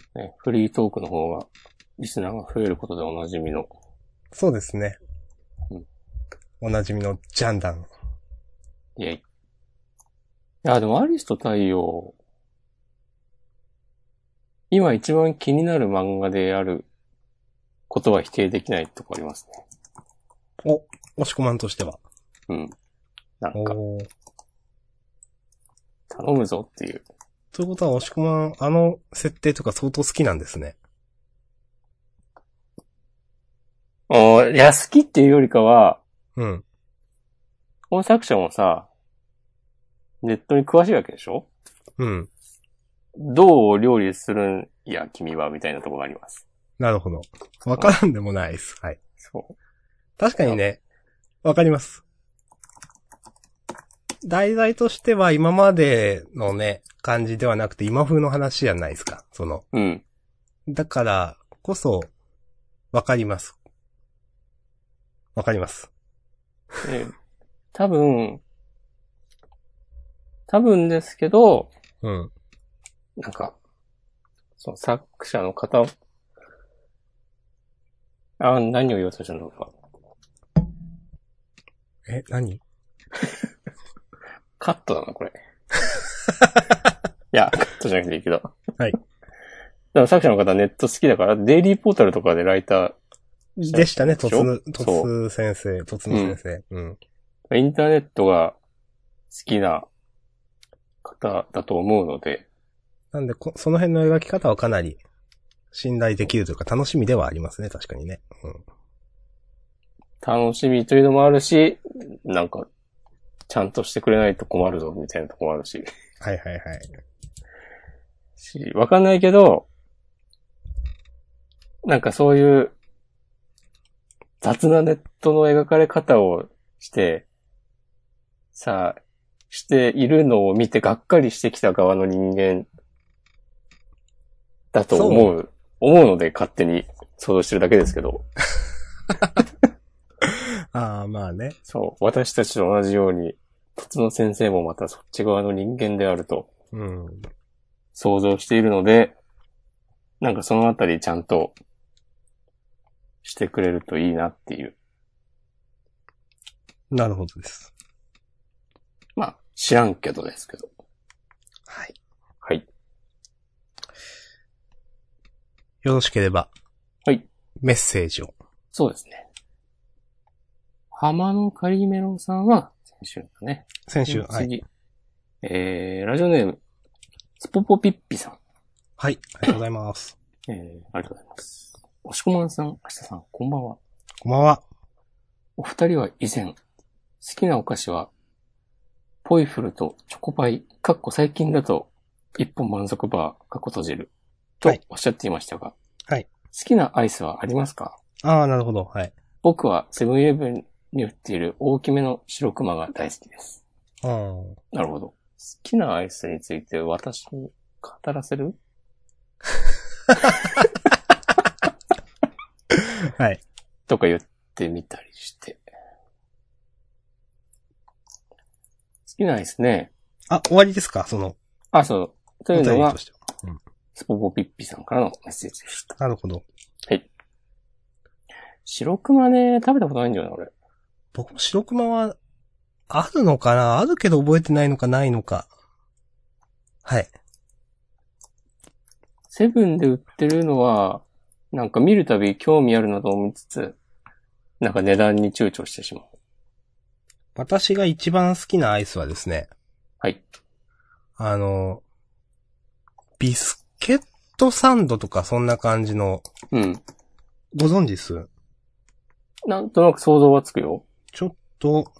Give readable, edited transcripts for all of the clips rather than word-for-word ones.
ね、フリートークの方が、リスナーが増えることでおなじみの。 そうですね。 うん。 おなじみのジャンダン。 イェイ。いや、でもアリスと太陽、今一番気になる漫画であることは否定できないとこありますね。 お、押し込まんとしては。 うん。なんか、 おー。 頼むぞっていう。 ということは押し込まん、あの設定とか相当好きなんですね。 いや、好きっていうよりかは、 うん。 この作者もさ、ネットに詳しいわけでしょ？ うん。 どう料理するんや、君は、みたいなところがあります。 なるほど。わからんでもないです。はい。 そう。 確かにね、わかります。題材としては今までのね、感じではなくて今風の話じゃないですか。 うん。 だからこそ、わかります。わかります。 で、多分ですけど、 うん。 なんか、その作者の方、何を言おうとしたのか。 何？ カットだな、これ。いや、カットじゃなくていいけど。 はい。 でも作者の方ネット好きだから、デイリーポータルとかでライターでしたね、 でしょ？そ突先生、突う。うん。 の先生。うん。 インターネットが好きな方だと思うので、 なんでその辺の描き方はかなり信頼できるというか楽しみではありますね、確かにね。うん。 楽しみというのもあるし、なんか、ちゃんとしてくれないと困るぞ、みたいなとこもあるし。 はいはいはい。 わかんないけど、なんかそういう雑なネットの描かれ方をして、しているのを見てがっかりしてきた側の人間だとそう。 思うので勝手に想像してるだけですけど。 ああ、まあね。 そう、私たちと同じように、突の先生もまたそっち側の人間であるとうん。 想像しているので、なんかそのあたりちゃんとしてくれるといいなっていう。 なるほどです。 まあ、知らんけどですけど。 はい。 はい。 よろしければ、 はい。 メッセージを。 そうですね。浜のカリメロンさんは先週だね。 先週、はい。 次。ラジオネーム、スポポピッピさん。 はい、ありがとうございます。 ありがとうございます。おしこまんさん、あしたさん、こんばんは。 こんばんは。 お二人は以前、好きなお菓子は、ポイフルとチョコパイ、かっこ最近だと、一本満足バー、かっこ閉じる、とおっしゃっていましたが、 はい。 好きなアイスはありますか？ ああ、なるほど。はい。 僕はセブンイレブンに売っている大きめの白クマが大好きです。 うん。 なるほど。好きなアイスについて私に語らせる？ はい。 とか言ってみたりして。好きなアイスね。 あ、終わりですかそう。といおうのが、 便りとしては。うん。 スポポピッピさんからのメッセージでした。 なるほど。 はい。白熊ね、食べたことないんだよな、俺。 僕も白熊は、あるのかなあるけど覚えてないのかないのか。はい。 セブンで売ってるのは、なんか見るたび興味あるなと思いつつ、なんか値段に躊躇してしまう。 私が一番好きなアイスはですね、 はい。 あの、ビスケットサンドとかそんな感じの、 うん。 ご存知です？ なんとなく想像はつくよ。 ちょっと、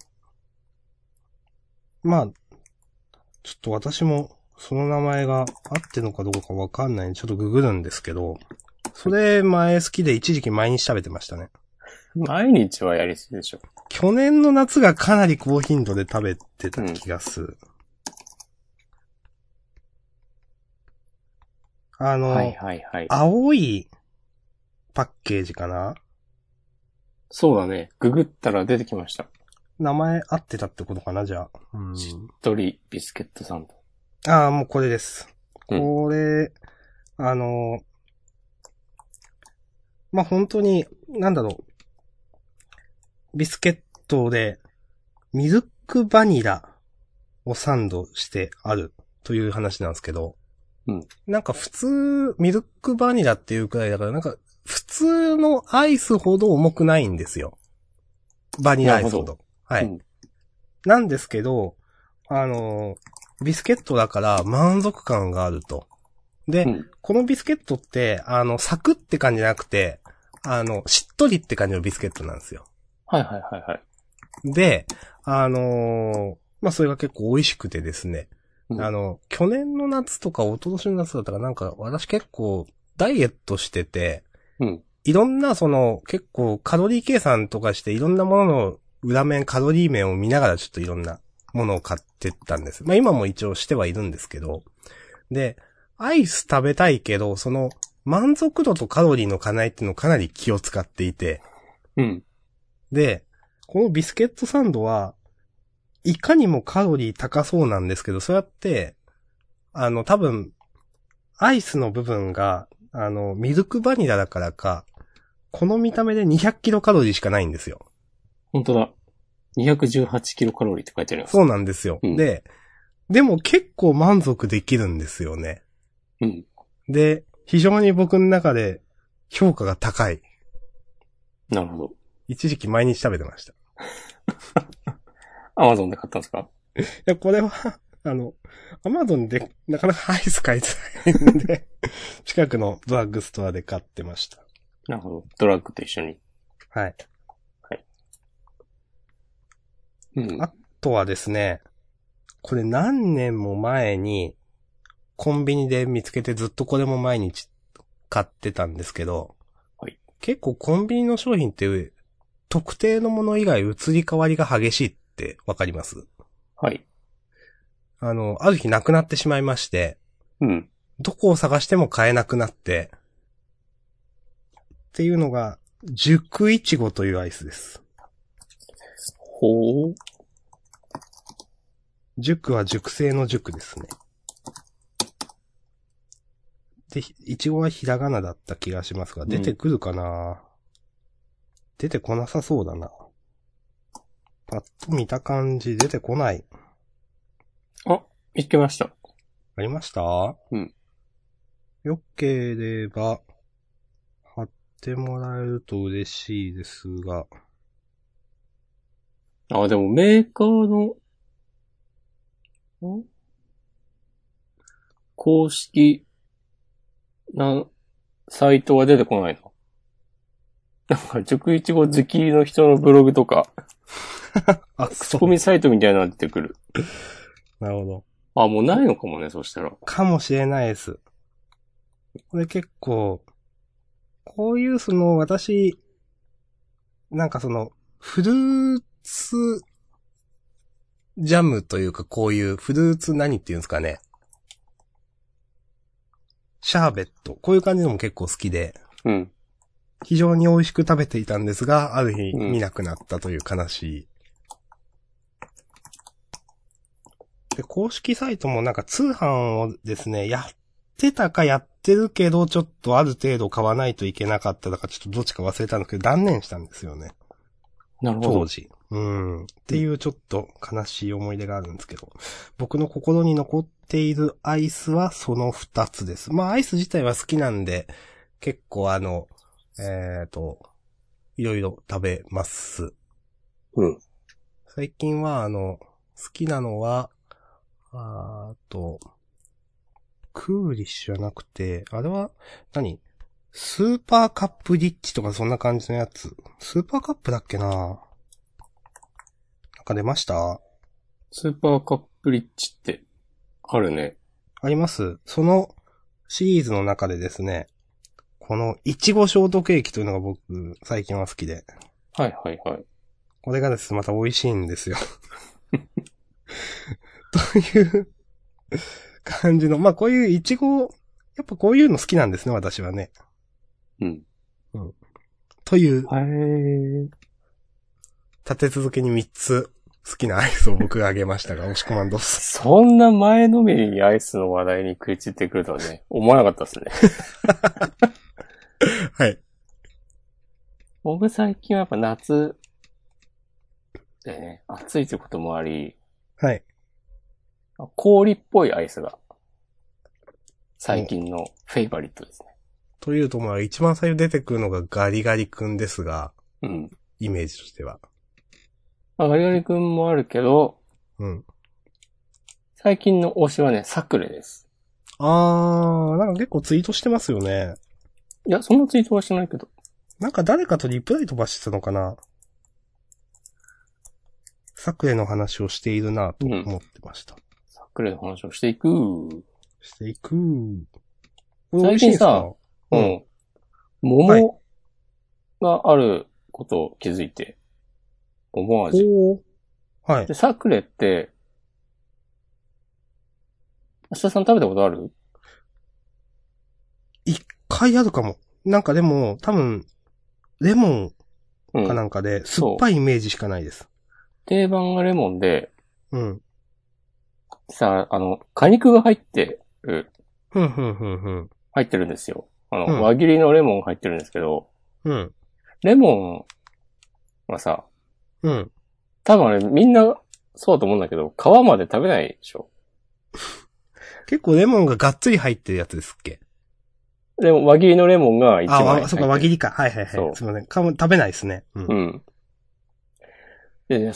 まあ、ちょっと私もその名前が合ってるのかどうかわかんないんで、ちょっとググるんですけど、それ前好きで一時期毎日食べてましたね。 毎日はやりすぎでしょ。 去年の夏がかなり高頻度で食べてた気がする。 はいはいはい。 青いパッケージかな？ そうだね。ググったら出てきました。 名前合ってたってことかなじゃあ。 しっとりビスケットサンド。 ああ、もうこれです。 うん。 これ、 まあ、本当に、なんだろう。ビスケットで、ミルクバニラをサンドしてあるという話なんですけど、 うん。 なんか普通、ミルクバニラっていうくらいだから、なんか普通のアイスほど重くないんですよ。バニラアイスほど。はい。 うん。 なんですけど、ビスケットだから満足感があると。で、 うん。 このビスケットって、サクって感じじゃなくて、しっとりって感じのビスケットなんですよ。 はいはいはいはい。 で、まあ、それが結構美味しくてですね。 うん。 去年の夏とか一昨年の夏だったかなんか、私結構ダイエットしてて、 うん。 いろんな結構カロリー計算とかしていろんなものの裏面、カロリー面を見ながらちょっといろんなものを買ってったんです。まあ今も一応してはいるんですけど。で、アイス食べたいけど、満足度とカロリーの兼ね合いっていうのをかなり気を使っていて。 うん。 で、このビスケットサンドは、いかにもカロリー高そうなんですけど、そうやって、多分、アイスの部分が、ミルクバニラだからか、この見た目で200キロカロリーしかないんですよ。 本当だ。218キロカロリーって書いてあります。 そうなんですよ。 うん。 でも結構満足できるんですよね。 うん。 で、非常に僕の中で評価が高い。 なるほど。 一時期毎日食べてました。 アマゾンで買ったんですか？ いや、これは、アマゾンでなかなかアイス買いづらいんで、近くのドラッグストアで買ってました。 なるほど。ドラッグと一緒に。 はい。 はい。うん。 あとはですね、これ何年も前にコンビニで見つけてずっとこれも毎日買ってたんですけど、 はい。 結構コンビニの商品って特定のもの以外移り変わりが激しいってわかります？ はい。 ある日なくなってしまいまして、 うん。 どこを探しても買えなくなって、っていうのが、熟いちごというアイスです。 ほう。 熟は熟成の熟ですね。で、いちごはひらがなだった気がしますが、 うん。 出てくるかな？出てこなさそうだな。パッと見た感じ出てこない。 あ、見つけました。 ありました？ うん。 よければ、貼ってもらえると嬉しいですが。 あ、でもメーカーの、公式なサイトは出てこないの。なんか、熟いちご好きの人のブログとか、 あ、 口コミサイトみたいなのが出てくる。 なるほど。 あ、もうないのかもね、そしたら。 かもしれないです。これ結構、こういう私、なんかフルーツジャムというかこういうフルーツ何っていうんですかね。シャーベット。こういう感じのも結構好きで、 うん。 非常に美味しく食べていたんですが、ある日うん。 見なくなったという悲しい。で、公式サイトもなんか通販をですね、やってたかやってるけど、ちょっとある程度買わないといけなかっただか、ちょっとどっちか忘れたんですけど、断念したんですよね。 なるほど。 当時。っていうちょっと悲しい思い出があるんですけど、僕の心に残っているアイスはその二つです。まあアイス自体は好きなんで、結構えっ、と、いろいろ食べます。 うん。 最近は好きなのは、クーリッシュじゃなくて、あれはスーパーカップリッチとかそんな感じのやつ。スーパーカップだっけな？なんか出ました？ スーパーカップリッチってあるね。 あります。そのシリーズの中でですね、このいちごショートケーキというのが僕最近は好きで。 はいはいはい。 これがですね、また美味しいんですよ。という感じの、まあこういういちご、やっぱこういうの好きなんですね、私はね。 うん。 うん。という、 へー。 立て続けに3つ好きなアイスを僕があげましたが、押し込まんどうす。 そんな前のめりにアイスの話題に食いついてくるとはね、思わなかったですね。 はい。 僕最近はやっぱ夏でね、暑いということもあり、 はい。 氷っぽいアイスが最お近のフェイバリットですね。 というと、まあ、一番最初出てくるのがガリガリ君ですが、 うん。 イメージとしては。 まあガリガリ君もあるけど、 うん。 最近の推しはね、サクレです。 なんか結構ツイートしてますよね。 いや、そんなツイートはしてないけど。 なんか誰かとリプライ飛ばしてたのかな。サクレの話をしているなぁとうん。 思ってました。 サクレの話をしていく。 していく。これ美最味しいんですか？ 近さ、ううん。 ん。 はい。 桃があることを気づいて、桃味。 ほう。はい。 で、サクレって、明日さん食べたことある？ 一回あるかも。なんかでも、多分、レモンかなうん。 んかで、酸っそう。 ぱいイメージしかないです。 定番がレモンで、 うん。 さ、果肉が入ってるんですよ。 うん。 輪切りのレモンが入ってるんですけど、 うん。 レモンはさ、 うん。 多分あれみんなそうだと思うんだけど、皮まで食べないでしょ。 結構レモンががっつり入ってるやつですっけ？ 輪切りのレモンが一枚そうか、 入ってる。 輪切りか。はいはいはい。 そすみません。食べないですね。うう。 ん。 うん。でね、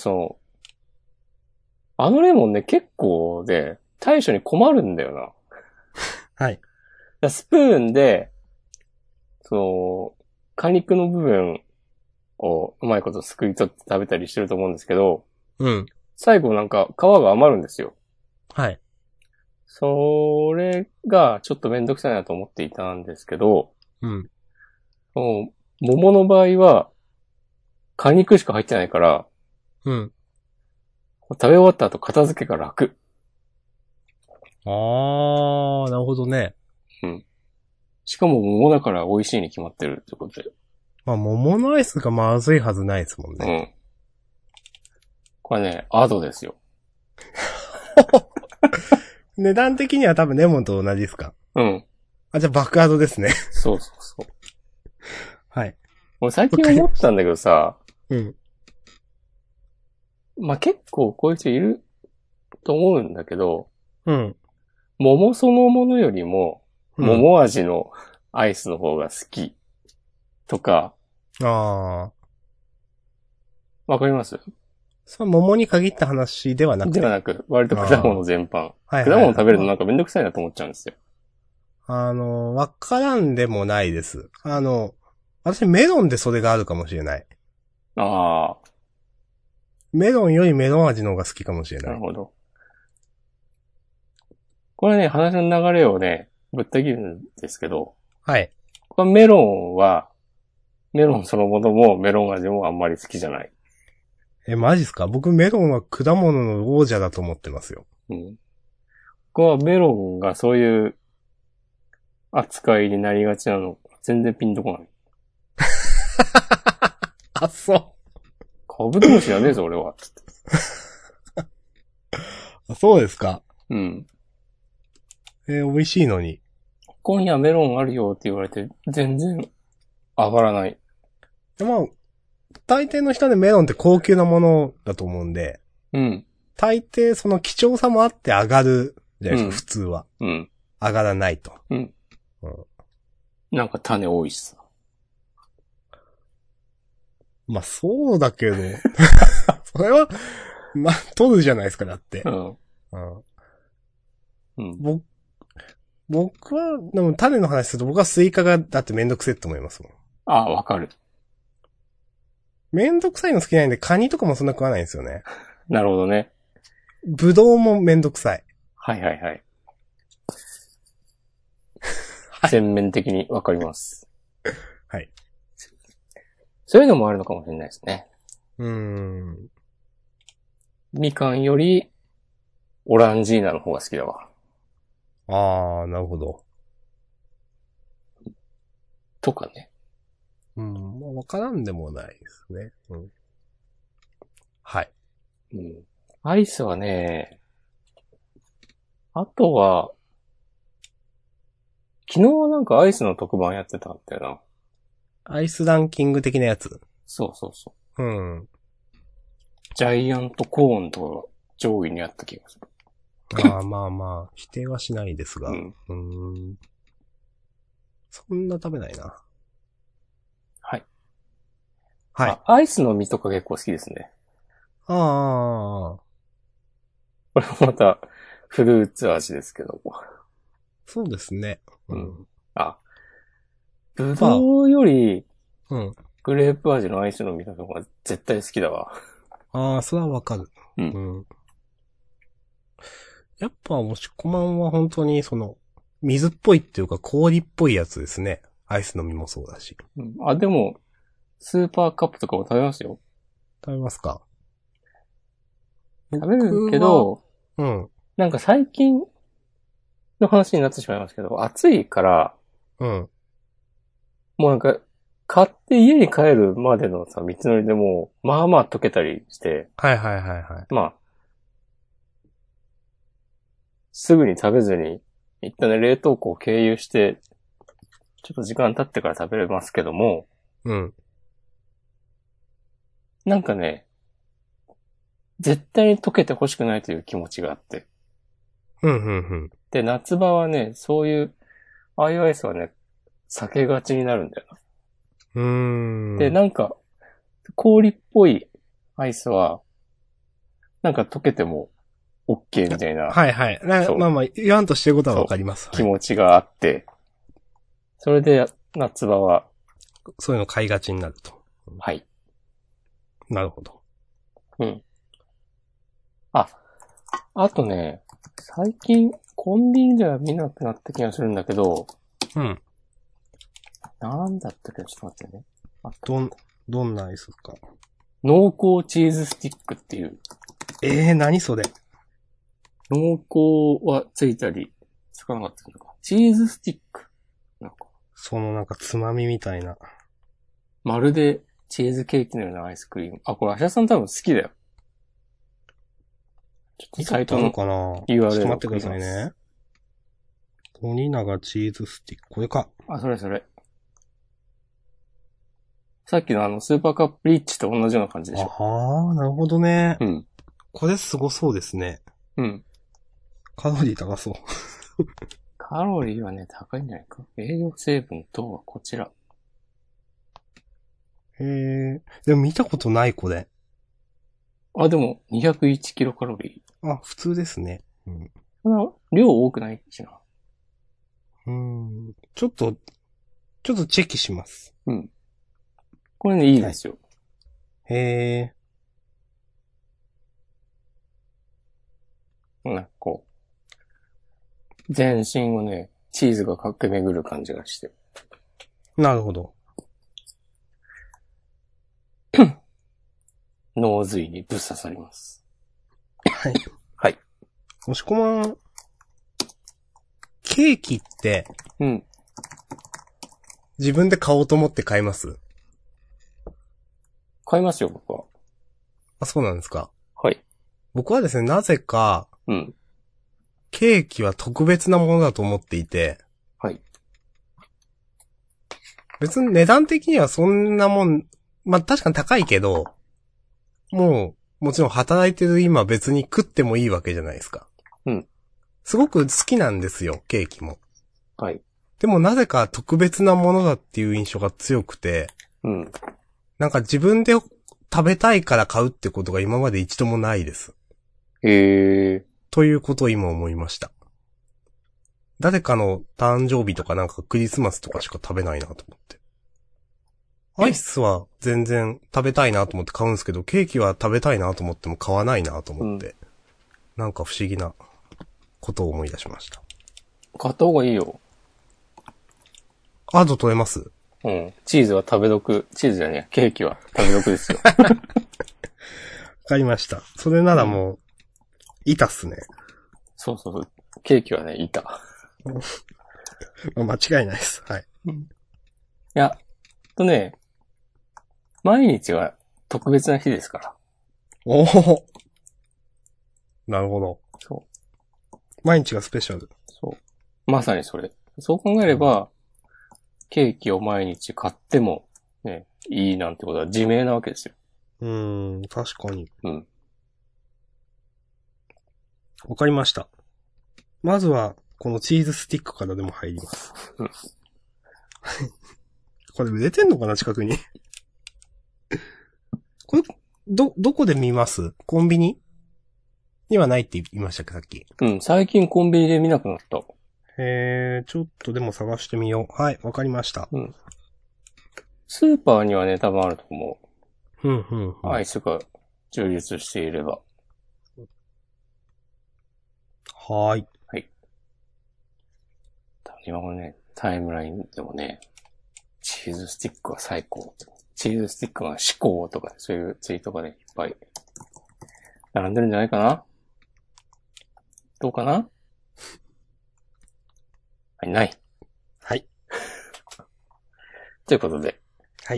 あのレモンね、結構で、対処に困るんだよな。 はい。 スプーンで、果肉の部分をうまいことすくい取って食べたりしてると思うんですけど、 うん。 最後なんか皮が余るんですよ。 はい。 それがちょっとめんどくさいなと思っていたんですけど、 うん。 も桃の場合は果肉しか入ってないから、 うん。 食べ終わった後片付けが楽。 なるほどね。 うん。しかも桃だから美味しいに決まってるってことで。 まあ、桃のアイスがまずいはずないですもんね。 うん。これね、アドですよ。 値段的には多分レモンと同じですか？ うん。 じゃあ爆アドですね。 そうそうそう。 はい。 俺最近わかりました。 思ったんだけどさ、 うん。 まあ、結構こういう人いると思うんだけど、 うん。 桃そのものよりも、 うん。 桃味のアイスの方が好きとか、 ああ。 わかります？ それは桃に限った話ではなくて。 ではなく、割と果物全般。 はいはいはい。 果物食べるとまなんかめんどくさいなと思っちゃうんですよ。 わからんでもないです。私メロンでそれがあるかもしれない。 ああ、 メロンよりメロン味の方が好きかもしれない。 なるほど。これね、話の流れをね、ぶった切るんですけど、 はい。 これメロンは、メロンそのものもメロン味もあんまり好きじゃない。 マジっすか？僕メロンは果物の王者だと思ってますよ。 うん。ここはメロンがそういう扱いになりがちなの、全然ピンとこない。 あ、そカブトムシやねえぞ、俺は。つって。 う。そうですか。 うん。 美味しいのに。 今夜メロンあるよって言われて、全然上がらない。 でも、大抵の人でメロンって高級なものだと思うんで、 うん。 大抵その貴重さもあって上がるじゃないですか、 うん。 普通は。 うん。 上がらないと。 うん。 うん、 なんか種多いしさ。 まあそうだけど、それは、まあ、取るじゃないですか、だって。 うん。 うん、 うん。 ぼ僕は、でも種の話すると僕はスイカがだってめんどくせえって思いますもん。 ああ、わかる。 めんどくさいの好きないんで、カニとかもそんな食わないんですよね。 なるほどね。 ブドウもめんどくさい。 はいはいはい。 はい。 全面的にわかります。 はい。 そういうのもあるのかもしれないですね。 うーん。 みかんより、オランジーナの方が好きだわ。 なるほど。 とかね。 うん。まあ、わからんでもないですね。うん。はい。 うん。アイスはね、あとは、昨日なんかアイスの特番やってたんだよな。 アイスランキング的なやつ。 そうそうそう。 うん。 ジャイアントコーンとかが上位にあった気がする。 ああ、まあまあ、否定はしないですが。 うん。 そんな食べないな。 はい。 はい。 アイスの実とか結構好きですね。 ああ、 これもまた、フルーツ味ですけど。 そうですね。 うん。あ、ぶまどうより、 あ、うん。 グレープ味のアイスの実の方が絶対好きだわ。 ああ、それはわかる。 うん。 うん。やっぱ、もしこまんは本当に、水っぽいっていうか氷っぽいやつですね。アイスの実もそうだし。 うん、あ、でも、スーパーカップとかも食べますよ。 食べますか？ 食べるけ僕は、 ど、 うん。 なんか最近の話になってしまいますけど、暑いから、 うん。 もうなんか、買って家に帰るまでのさ、道のりでもう、まあまあ溶けたりして、 はいはいはいはい。 まあ、すぐに食べずに、一旦ね、冷凍庫を経由して、ちょっと時間経ってから食べれますけども、 うん。 なんかね、絶対に溶けて欲しくないという気持ちがあって。 うん、うん、うん。 で、夏場はね、そういう、ああいうアイスはね、避けがちになるんだよな。 うーで、 ん。 なんか、氷っぽいアイスは、なんか溶けても OK みたいな、 はいはい。 そう、 まあまあ、言わんとしてることはわそう、 かります。は気い。 持ちがあって、それで夏場は、 そういうの買いがちになると。 はい。 なるほど。 うん。あ、あとね、最近コンビニでは見なくなった気がするんだけど、 うん。 なんだったっけ、ちょっと待ってね。 どんなアイスか。 濃厚チーズスティックっていう、 何それ。 濃厚はついたり、つかなかったのか。チーズスティック。なんか、 なんかつまみみたいな。 まるでチーズケーキのようなアイスクリーム。あ、これ、アシャさん多分好きだよ。ちょっと見たことあるサイトのかな？ちょっと URL を待ってくだ送ります。 さいね。森永チーズスティック。これか。 あ、それそれ。さっきのスーパーカップリッチと同じような感じでしょ。 ああ、なるほどね。 うん。 これすごそうですね。 うん。 カロリー高そう。 カロリーはね、高いんじゃないか。栄養成分等はこちら。 でも見たことない、これ。 あ、でも、201キロカロリあ、普通ですね。うん。 ー。そんな量多くないしな。 ちょっとチェキします。 うん。これね、いいですよ。 へえ。 なんかこう、全身をね、チーズが駆け巡る感じがして。 なるほど。 脳髄にぶっ刺さります。 はい。 はい。 もしこまん、ケーキって、 うん。 自分で買おうと思って買います？ 買いますよ、僕は。 あ、そうなんですか。 はい。 僕はですね、なぜか、 うん。 ケーキは特別なものだと思っていて、 はい。 別に値段的にはそんなもん、まあ、確かに高いけど、もちろん働いてる今別に食ってもいいわけじゃないですか。 うん。 すごく好きなんですよ、ケーキも。 はい。 でもなぜか特別なものだっていう印象が強くて、 うん。 なんか自分で食べたいから買うってことが今まで一度もないです。 へえ。 ということを今思いました。誰かの誕生日とかなんかクリスマスとかしか食べないなと思って。アイスは全然食べたいなと思って買うんですけど、ケーキは食べたいなと思っても買わないなと思って、なんか不思議なことを思い出しました。 買った方がいいよ。 アド取れます？ うん。チーズは食べ毒。チーズじゃねえ。ケーキは食べ毒ですよ。 わかりました。それならもう、いたっすね。 そうそうそう。ケーキはね、いた。 間違いないです。はい。 いや、毎日は特別な日ですから。 おお。なるほど。 そう。 毎日がスペシャル。 そう。まさにそれ。そう考えれば、ケーキを毎日買ってもいいなんてことは自明なわけですよ。 確かに。 うん。 わかりました。まずは、このチーズスティックからでも入ります。 うん。 これ売れてんのかな、近くに。これ、どこで見ますコンビニにはないって言いましたっけ、さっき。 うん、最近コンビニで見なくなった。 ちょっとでも探してみよう。はい、わかりました。 うん。スーパーにはね、多分あると思う。アイはスが充実していれば。 ーい。 はい。今もね、タイムラインでもね、チーズスティックは最高。チーズスティックは至高とか、そういうツイートがね、いっぱい並んでるんじゃないかな。どうかな。はい、ない。 はい。 ということで。 はい。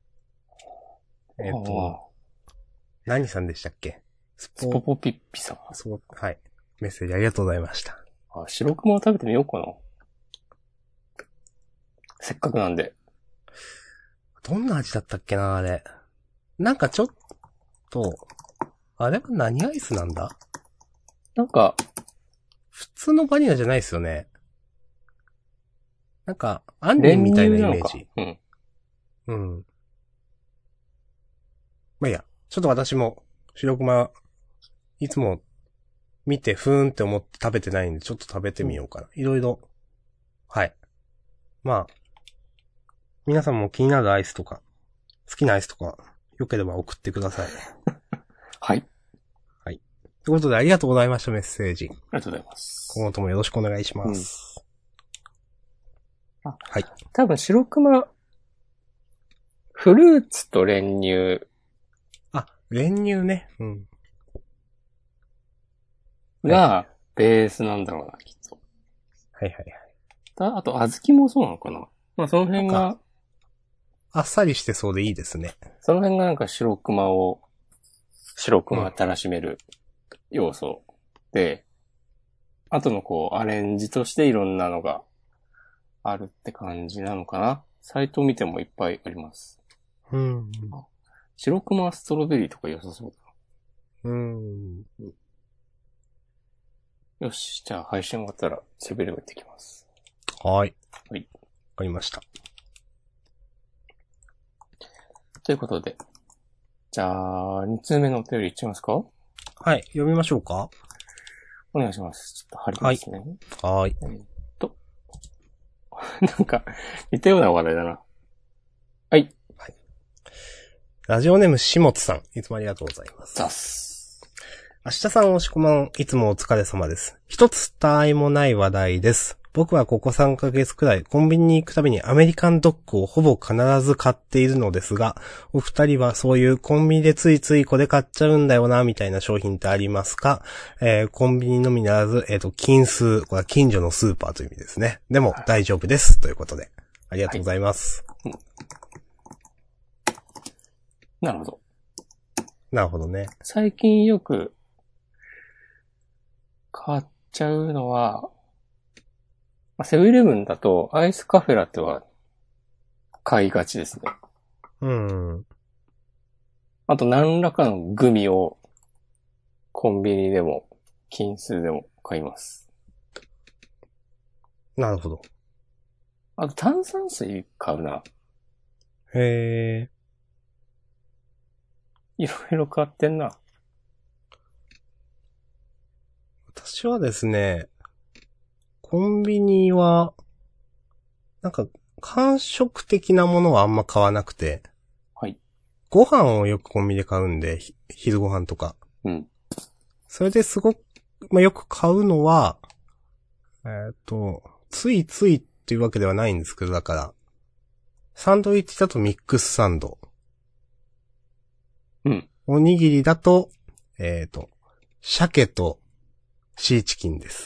何さんでしたっけ？ スポポピッピさん。 はい。メッセージありがとうございました。 白熊を食べてみようかな。せっかくなんで。 どんな味だったっけな、あれ。なんかちょっと、あれは何アイスなんだ？ なんか、 普通のバニラじゃないですよね。なんか、杏仁みたいなイメージ。 うん。 うん。まあ、いいや。ちょっと私も、白熊、いつも見てふーんって思って食べてないんで、ちょっと食べてみようかな。いろいろ。はい。まあ、皆さんも気になるアイスとか、好きなアイスとか、よければ送ってください。 はい。 はい。ということで、ありがとうございました、メッセージ。 ありがとうございます。 今後ともよろしくお願いします。はい。 多分、白熊、フルーツと練乳。 練乳ね。うん。 が、ベースなんだろうな、きっと。 はいはいはい。 あと、小豆もそうなのかな。まあ、その辺が、 あっさりしてそうでいいですね。 その辺がなんか白熊たらしめる要素で、あとのこう、アレンジとしていろんなのがあるって感じなのかな。サイトを見てもいっぱいあります。白熊ストロベリーとか良さそうだな。よし、じゃあ配信終わったらセベレを行ってきます。 はい。 はい。 わかりました。 ということで。じゃあ、2通目のお便りいっちゃいますか？ はい。読みましょうか？ お願いします。ちょっと貼りますね。 はい。 なんか、似たような話題だな。はい。 はい。ラジオネームしもつさん。いつもありがとうございます。 ざっす。 明日さんおしこまん、いつもお疲れ様です。一つたわいもない話題です。僕はここ3ヶ月くらいコンビニに行くたびにアメリカンドッグをほぼ必ず買っているのですが、お二人はそういうコンビニでついついこれ買っちゃうんだよな、みたいな商品ってありますか？コンビニのみならず、近数、これは近所のスーパーという意味ですね。でも大丈夫です。ということで。ありがとうございます。 はい。なるほど。 なるほどね。 最近よく買っちゃうのは、セブンイレブンだとアイスカフェラテは買いがちですね。あと何らかのグミをコンビニでも近数でも買います。 なるほど。 あと炭酸水買うな。 へー。 いろいろ買ってんな。 私はですね、コンビニは、なんか、間食的なものはあんま買わなくて。 はい。 ご飯をよくコンビニで買うんで、昼ご飯とか。 うん。 それですごく、よく買うのは、ついついっていうわけではないんですけど、だから、サンドイッチだとミックスサンド。 うん。 おにぎりだと、鮭とシーチキンです。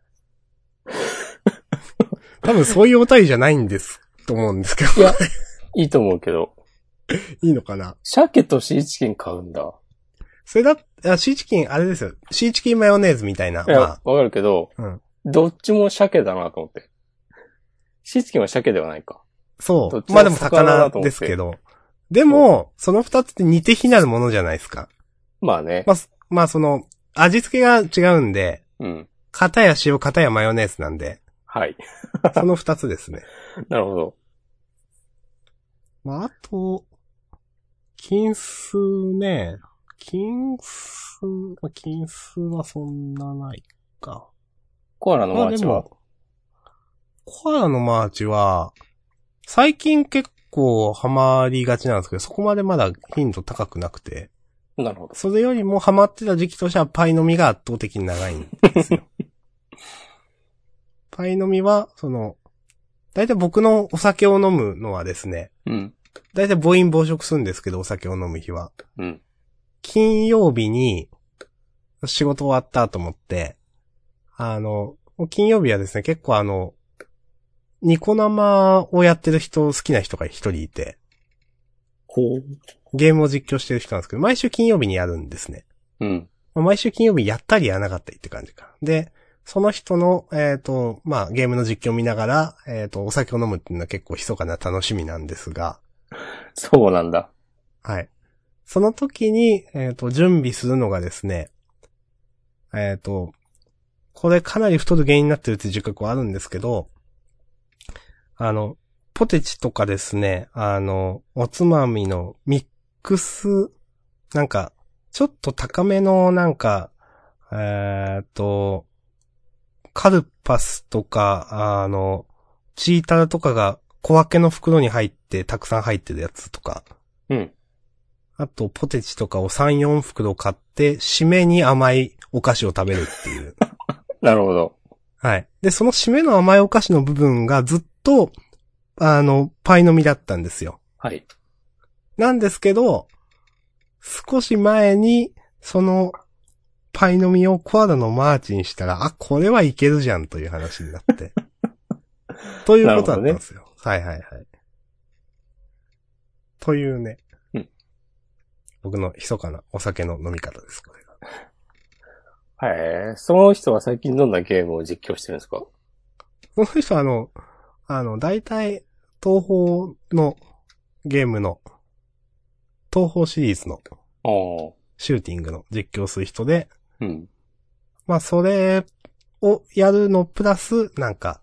多分そういうお便りじゃないんです、と思うんですけど。 いや、いいと思うけど。 いいのかな？ 鮭とシーチキン買うんだ。 それシーチキン、あれですよ。シーチキンマヨネーズみたいな。 いや、わかるけど、 うん。 どっちも鮭だなと思って。シーチキンは鮭ではないか。 そう。 どっちもまあでも魚だと思って魚ですけど。でも、その二つって似て非なるものじゃないですか。 まあね。 まあその、味付けが違うんで、 うん。 片や塩、片やマヨネーズなんで、 はい。 その二つですね。 なるほど。 まああと、金数ね。金数はそんなないか。 コアラのまあマーチは、 でも、コアラのマーチは、最近結構ハマりがちなんですけど、そこまでまだ頻度高くなくて、 なるほど。 それよりもハマってた時期としてはパイの実が圧倒的に長いんですよ。パイの実は、だいたい僕のお酒を飲むのはですね、 うん。 だいたい暴飲暴食するんですけど、お酒を飲む日は。 うん。 金曜日に仕事終わったと思って、金曜日はですね、結構ニコ生をやってる人、好きな人が一人いて、 ほう。 ゲームを実況してる人なんですけど、毎週金曜日にやるんですね。 うん。 毎週金曜日やったりやらなかったりって感じか。で、その人の、まあ、ゲームの実況を見ながら、お酒を飲むっていうのは結構密かな楽しみなんですが、 そうなんだ。 はい。その時に、準備するのがですね、これかなり太る原因になってるっていう自覚はあるんですけど、ポテチとかですね、おつまみのミックス、なんか、ちょっと高めのなんか、カルパスとか、チータラとかが小分けの袋に入ってたくさん入ってるやつとか、 うん。 あとポテチとかを3、4袋買って、締めに甘いお菓子を食べるっていう。 なるほど。 はい。で、その締めの甘いお菓子の部分がずっと、パイの実だったんですよ。 はい。 なんですけど、少し前に、その、パイの実をコアラのマーチにしたら、あ、これはいけるじゃんという話になって。ということだったんですよ。はいはいはい。というね。 うん。 僕の密かなお酒の飲み方です、これが。 へえ、その人は最近どんなゲームを実況してるんですか？ その人は大体、東宝のゲームの、東宝シリーズのああ。 シューティングの実況する人で、 うん。 まあそれをやるのプラス、なんか、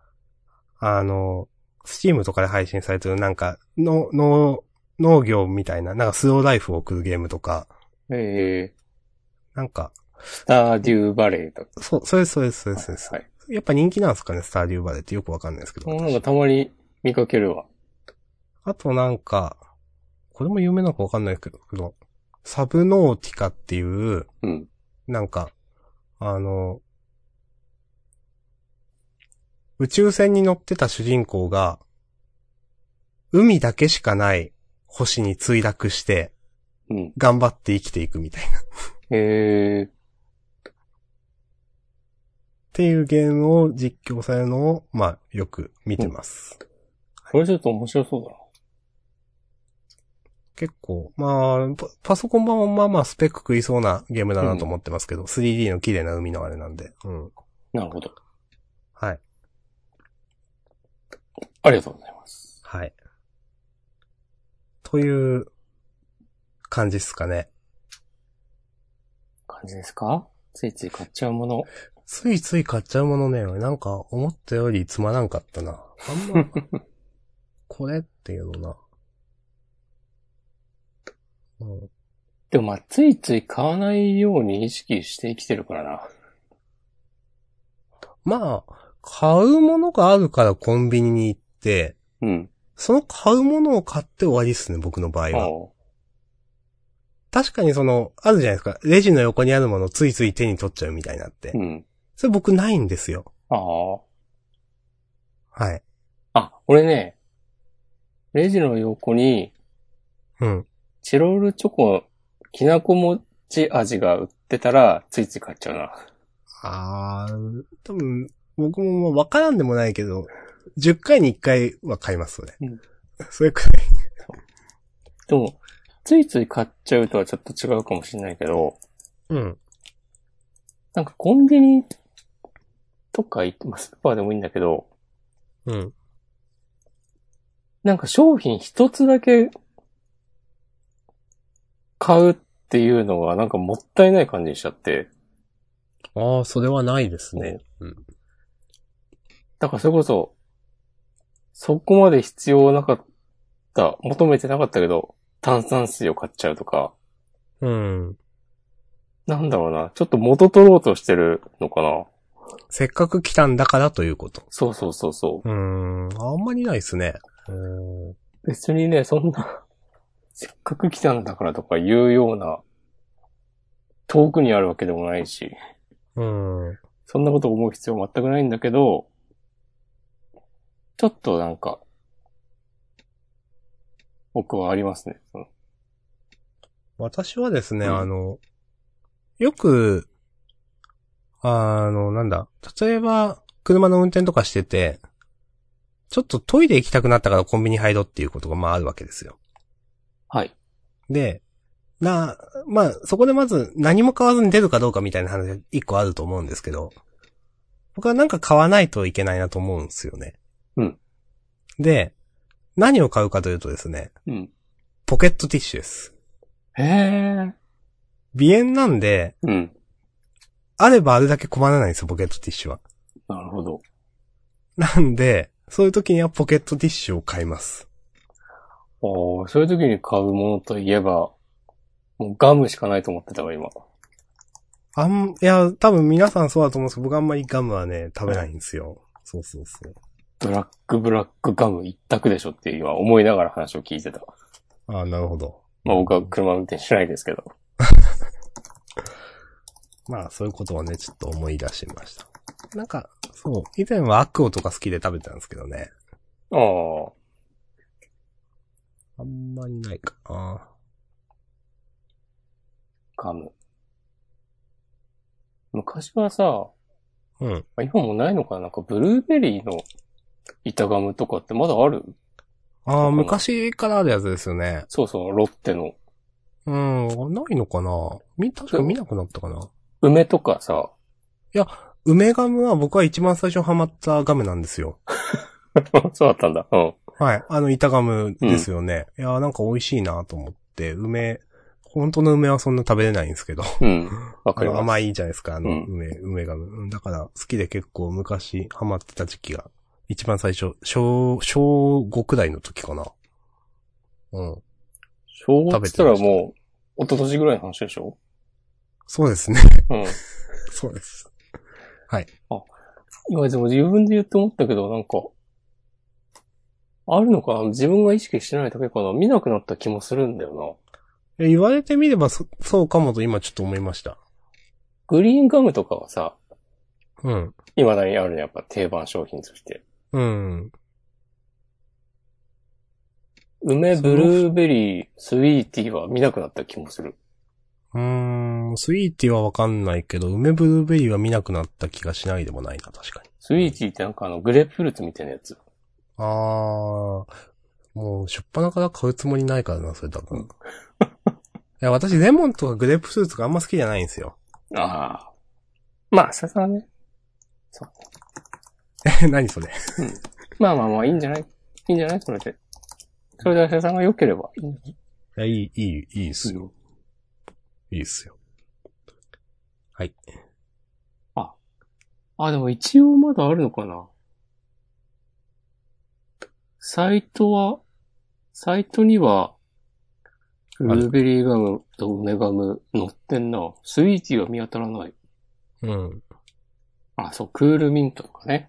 スチームとかで配信されてるなんか、農業みたいな、なんかスローライフを送るゲームとか、 ええ、 なんか、 スターデューバレーだ。 そうです、そうです、そうです。そうです。 はい。 やっぱ人気なんですかね、スターデューバレーってよくわかんないですけど。 なんかたまに見かけるわ。 あとなんか、これも有名なのかわかんないけど、サブノーティカっていう、 うん。 なんか、宇宙船に乗ってた主人公が、海だけしかない星に墜落して、 うん。 頑張って生きていくみたいな。っええ、 ていうゲームを実況されるのを、まあ、よく見てます。 これちょっと面白そうだな。 結構、まあ、パソコン版もまあまあスペック食いそうなゲームだなとうん。 思ってますけど、3D の綺麗な海のあれなんで。うん。 なるほど。 はい。 ありがとうございます。 はい。という感じっすかね。 感じですか？ついつい買っちゃうもの。 ついつい買っちゃうものね、なんか思ったよりつまらんかったな。あんま、これっていうのな。うん、 でもまあ、ついつい買わないように意識して生きてるからな。 まあ、買うものがあるからコンビニに行って、 うん。 その買うものを買って終わりっすね、僕の場合は。 あ確かにあるじゃないですか。レジの横にあるものをついつい手に取っちゃうみたいなって。 うん。 それ僕ないんですよ。 ああ。 はい。 あ、俺ね、レジの横に、 うん。 チロルチョコ、きなこ餅味が売ってたら、ついつい買っちゃうな。 多分、僕ももうわからんでもないけど、10回に1回は買います、それ。 うん。 それくらい。 でも、ついつい買っちゃうとはちょっと違うかもしれないけど、 うん。 なんかコンビニとか行って、まあ、スーパーでもいいんだけど、 うん。 なんか商品一つだけ買うっていうのがなんかもったいない感じにしちゃって。 ああ、それはないですね。うん。 だからそれこそ、そこまで必要なかった、求めてなかったけど、炭酸水を買っちゃうとか、 うん。 なんだろうな、ちょっと元取ろうとしてるのかな。 せっかく来たんだからということ。 そうそうそうそう。 あんまりないですね。 別にね、そんな、せっかく来たんだからとかいうような、遠くにあるわけでもないし、 うん。 そんなこと思う必要全くないんだけど、ちょっとなんか、僕はありますね。 私はですね、 うん、 よく、なんだ、例えば、車の運転とかしてて、ちょっとトイレ行きたくなったからコンビニ入ろうっていうことがまああるわけですよ。 はい。 で、まあ、そこでまず何も買わずに出るかどうかみたいな話が一個あると思うんですけど、僕はなんか買わないといけないなと思うんですよね。 うん。 で、何を買うかというとですね、 うん。 ポケットティッシュです。 へえ。 鼻炎なんで、 うん。 あればあれだけ困らないんですよ、ポケットティッシュは。 なるほど。 なんで、そういう時にはポケットティッシュを買います。 そういう時に買うものといえば、もうガムしかないと思ってたわ、今。 いや、多分皆さんそうだと思うんですけど、僕あんまりガムはね、食べないんですよ。そうそうそう。 ブラックガム一択でしょって今思いながら話を聞いてた。 ああ、なるほど。 まあ僕は車運転しないですけど。 まあ、そういうことをね、ちょっと思い出しました。なんか、そう、以前はアクオとか好きで食べてたんですけどね。 ああ。 あんまりないかな。 ガム。昔はさ、 うん。 今もないのかな、なんかブルーベリーの板ガムとかってまだあるああ、 のかな。 昔からあるやつですよね。 そうそう、ロッテの。 うん、ないのかな確か見なくなったかな。 梅とかさ。 いや、梅ガムは僕は一番最初ハマったガムなんですよ。 そうだったんだ。うん。 はい。板ガムうん。 ですよね。いや、なんか美味しいなと思って、本当の梅はそんな食べれないんですけど。 うん。わかります。 甘いじゃないですか、 うん。 梅ガム。うんだから好きで結構昔ハマってた時期が、一番最初、小5くらいの時かな。うん。 小5っ食べつったらてましたね。 もう、一昨年ぐらいの話でしょ？ そうですね。 うん。 そうです。はい。 あ、今でも自分で言って思ったけど、なんか、あるのかな、自分が意識してないだけかな、見なくなった気もするんだよ言われてみればそうかもと今ちょっと思いました。 な。グリーンガムとかはさ、 うん。 未だにあるね、やっぱ定番商品として。 うん。 梅、ブルーベリー、スイーティーは見なくなった気もする。 スイーティーはわかんないけど、梅ブルーベリーは見なくなった気がしないでもないな、確かに。 スイーティーってなんかグレープフルーツみたいなやつ。 もう、しょっぱなから買うつもりないからな、それ多分。 うん。 いや、私、レモンとかグレープフルーツがあんま好きじゃないんですよ。 ああ。まあ、さすがね。そう。 何それ。 うん。まあまあまあ、いいんじゃない？いいんじゃないそれで。それで、ささんが良ければいいんじゃない？ いや、いいっすよ。 うん。 いいっすよ。はい。 でも一応まだあるのかな。サイトには、ブある。 ルーベリーガムと梅ガム載ってんな。スイーティーは見当たらない。 うん。 そう、クールミントとかね。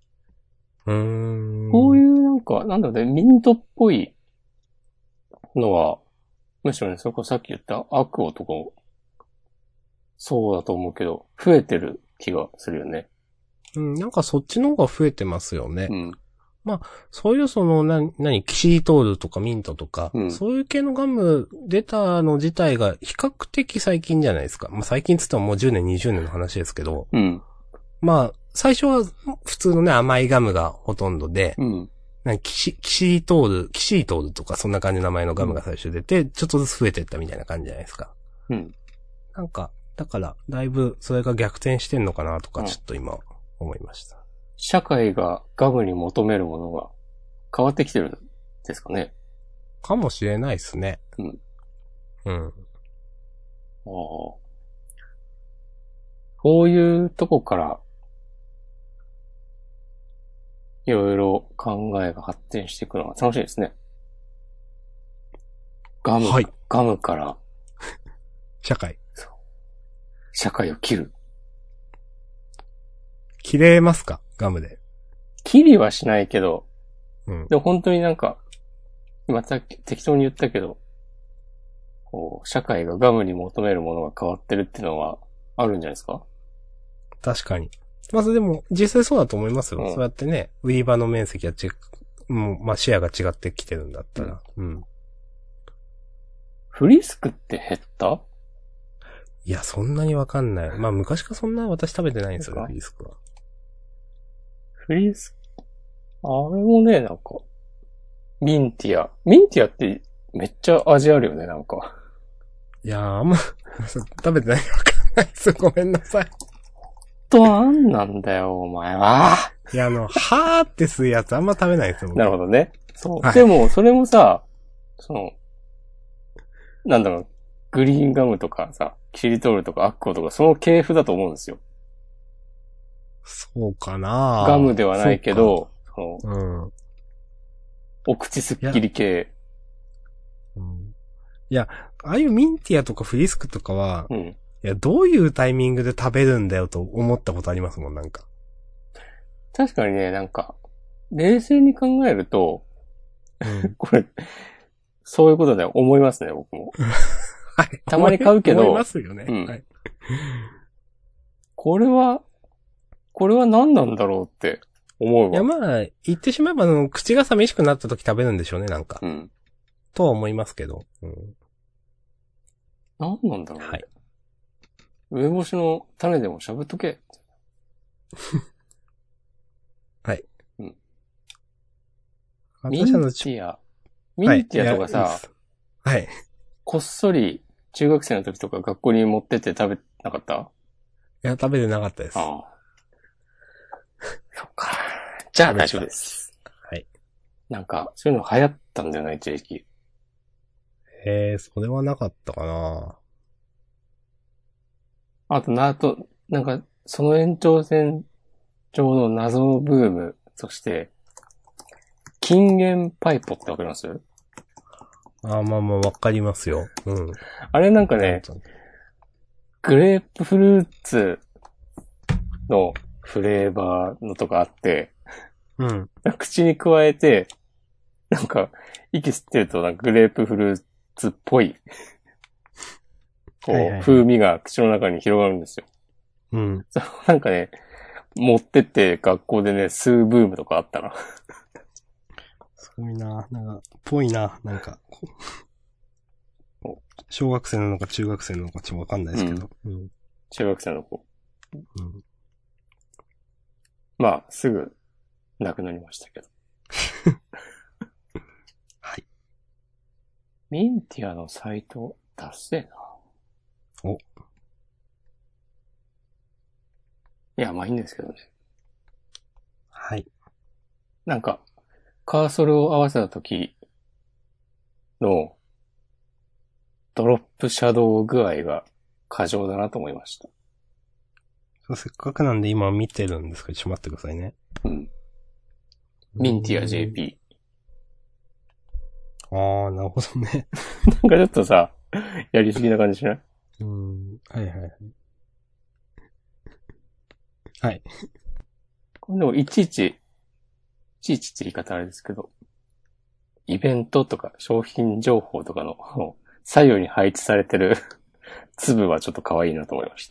こういん。 うなんか、なんだろうね、ミントっぽいのは、むしろね、それこそさっき言ったアクオとかも、そうだと思うけど、増えてる気がするよね。 なんかそっちの方が増えてますよね。 うん。 まあ、そういうキシリトールとかミントとか、 うん。 そういう系のガム出たの自体が比較的最近じゃないですか。まあ最近つってももう10年、20年の話ですけど、 うん。 まあ、最初は普通のね、甘いガムがほとんどで、 うん。 キシリトールとかそんな感じの名前のガムが最初出て、ちょっとずつ増えてったみたいな感じじゃないですか。 うん。 なんか、だから、だいぶそれが逆転してんのかなとか、ちょっと今思いました。 社会がガムに求めるものが変わってきてるですかね。 かもしれないですね。 うん。 うん。 ああ。こういうとこから、いろいろ考えが発展していくのが楽しいですね。 はい。 ガムから、 社会。 そう社会を切る。 切れますかガムで。 切りはしないけど、 うん。 でも本当になんか、また適当に言ったけど、こう、社会がガムに求めるものが変わってるっていうのはあるんじゃないですか？ 確かに。まずでも、実際そうだと思いますよ。 うんそうやってね、売り場の面積がもう、まあ、シェアが違ってきてるんだったら。うん。 フリスクって減った？ いや、そんなにわかんない。まあ、昔からそんな私食べてないんですよね、 そうかフリスクは。 フリスク、あれもね、なんか、ミンティア。ミンティアってめっちゃ味あるよね、なんか。 いやー、あんま、食べてないわかんないです。ごめんなさい。 なんなんだよ、お前は。 いや、はーって吸うやつあんま食べないですよ、僕。 なるほどね。そう。 はいでも、それもさ、その、なんだろう、グリーンガムとかさ、キシリトールとかアッコとか、その系譜だと思うんですよ。 そうかなガムではないけど、 うん。 お口すっきり系。 うん、いや、ああいうミンティアとかフリスクとかは、 うん。 いや、どういうタイミングで食べるんだよと思ったことありますもん、なんか。 確かにね、なんか、冷静に考えると、 うん。 これ、そういうことで思いますね、僕も。 はい。 たまに買うけど思いますよね。 うん。 はい。 これは何なんだろうって思ういや、 わ。 まあ、言ってしまえば、口が寂しくなった時食べるんでしょうね、なんか。 うん。 とは思いますけど。うん。 何なんだろうね。 はい。 梅干しの種でもしゃぶっとけ。 はい。 うん。ミン私ティア。 はい。 ミンティアとかいやいいっさ、 すはい。 こっそり中学生の時とか学校に持ってって食べなかった？ いや、食べてなかったです。 ああ。そっか。じゃあ大丈夫です。 はい。 なんか、そういうの流行ったんだよな、一時期。 それはなかったかな。 あと、なんか、その延長線上の謎のブーム、そして、金言パイポってわかります？ まあまあ、わかりますよ。うん。 あれなんかね、グレープフルーツのフレーバーのとかあって、 うん。 口に加えて、なんか、息吸ってるとなんかグレープフルーツっぽい、風味が口の中に広がるんですよ。 うん。 なんかね、持ってって学校でね、吸うブームとかあったな。 すごいな。なんか、ぽいな。なんか、小学生なのか中学生なのかちょっとわかんないですけど。うん。 中学生の子。 うん。 まあ、すぐ、亡くなりましたけど。 はい。 ミンティアのサイト、ダッセーな。 お。 いや、まあいいんですけどね。 はい。 なんか、カーソルを合わせた時のドロップシャドウ具合が過剰だなと思いました。 せっかくなんで今見てるんですけど、ちょっと待ってくださいね。 うん。ミンティア JP。 ああ、なるほどね。 なんかちょっとさ、やりすぎな感じしない？ はいはいはい。はい。 これでもいちいちって言い方あれですけど、イベントとか商品情報とかの左右に配置されてる粒はちょっと可愛いなと思いました。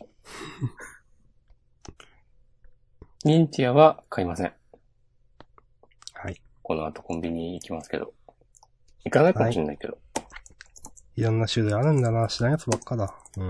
ミンティアは買いません。 はい。 この後コンビニ行きますけど。行かないかもしれないけど。 いろんな種類あるんだな。知らんやつばっかだ。うん。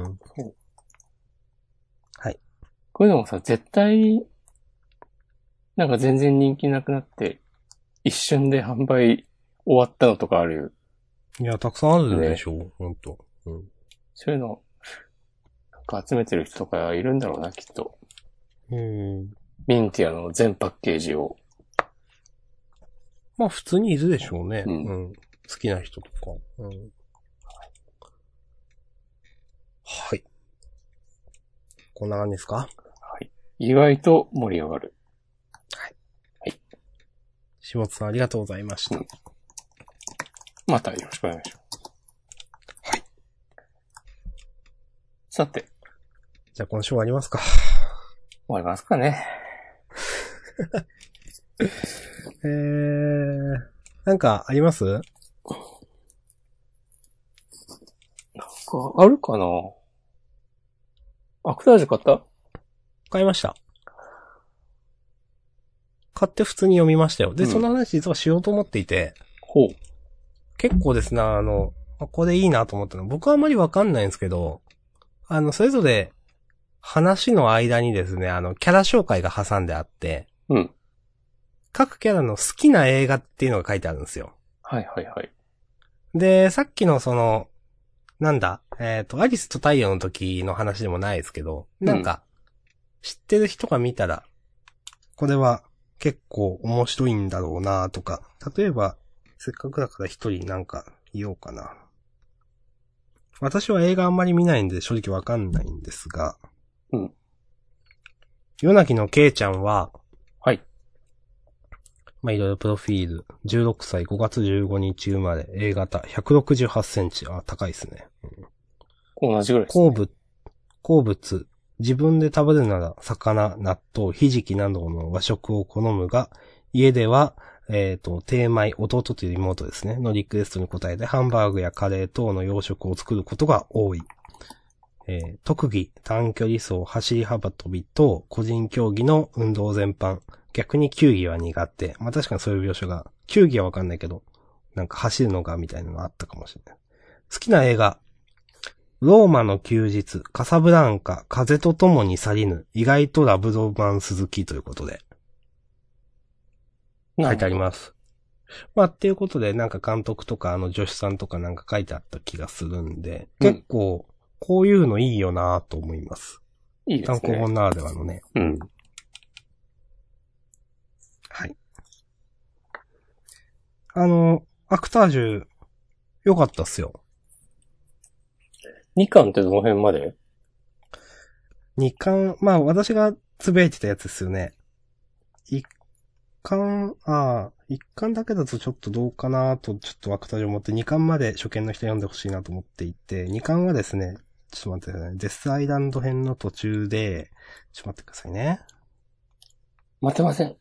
はい。 こういうのもさ、絶対、なんか全然人気なくなって、一瞬で販売終わったのとかある。 いや、たくさんあるでしょう。ほんと。うん。 そういうの、なんか集めてる人とかいるんだろうな、きっと。ミンティアの全パッケージをまあ普通にいるでしょうね。 ううん。好きな人とか。うん。はい。こんな感じですか？ はい。意外と盛り上がる。 はい。 はい。 下津さんありがとうございました。 またよろしくお願いします。 はい。 さて。 じゃあ今週終わりますか。終わりますかね。 なんかあります？ なんか、あるかな？アクタージュ買った？ 買いました。買って普通に読みましたよ。で、その話実はしようと思っていて。 ほう。 結構ですね、これいいなと思ったの。僕はあんまりわかんないんですけど、それぞれ話の間にですね、キャラ紹介が挟んであって、 うん。 各キャラの好きな映画っていうのが書いてあるんですよ。 はいはいはい。 で、さっきのなんだ、アリスと太陽の時の話でもないですけど、なんか、知ってる人が見たら、これは結構面白いんだろうなとか、例えば、せっかくだから一人なんか言おうかな。私は映画あんまり見ないんで正直わかんないんですが、 うん。 夜泣きのケイちゃんは、 はい。 まあ、いろいろプロフィール、16歳5月15日生まれ、A 型、168センチ、高いですね。 同じぐらいですね。 好物、自分で食べるなら魚、納豆、ひじきなどの和食を好むが、家では、低米、弟という妹ですね、のリクエストに応えてハンバーグやカレー等の洋食を作ることが多い。特技、短距離走、走り幅跳びと個人競技の運動全般。逆に球技は苦手。まあ確かにそういう描写が、球技はわかんないけど、なんか走るのがみたいなのがあったかもしれない。好きな映画、ローマの休日、カサブランカ、風と共に去りぬ、意外とラブロマンス好きということで。書いてあります。まあっていうことで、なんか監督とか助手さんとかなんか書いてあった気がするんで、結構、こういうのいいよなぁと思います。 いいですね。 単行本ならではのね。 うん。 はい。アクタージュ、良かったっすよ。 2巻ってどの辺まで 2巻、まあ私がつぶやいてたやつですよね。1巻だけだとちょっとどうかなとちょっとアクタージュ思って2巻まで初見の人読んでほしいなと思っていて、2巻はですね、ちょっと待ってくださいね。デスアイランド編の途中で、ちょっと待ってくださいね。 待てません。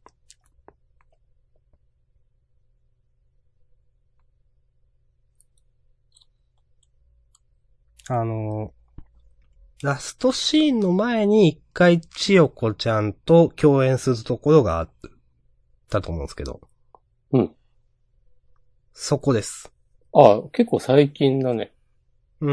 ラストシーンの前に一回千代子ちゃんと共演するところがあったと思うんですけど。 うん。 そこです。 ああ、結構最近だね。 うん。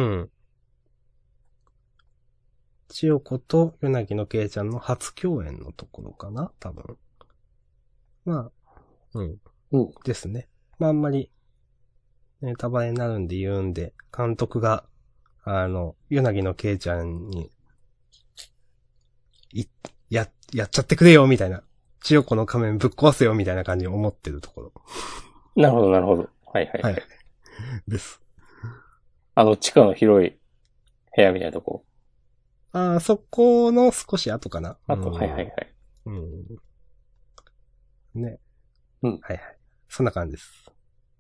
千代子と夜泣きのけいちゃんの初共演のところかな多分。まあ、うん。 うん。 ですね。まああんまり、ネタバレになるんで言うんで、監督が、夜泣きのけいちゃんに、やっちゃってくれよ、みたいな。千代子の仮面ぶっ壊せよ、みたいな感じに思ってるところ。 なるほど、なるほど。はいはいはい。 です。 地下の広い部屋みたいなとこ。 そこの少し後かな。 あと、はいはいはい。 うん。ね。 うん。 はいはい。そんな感じです。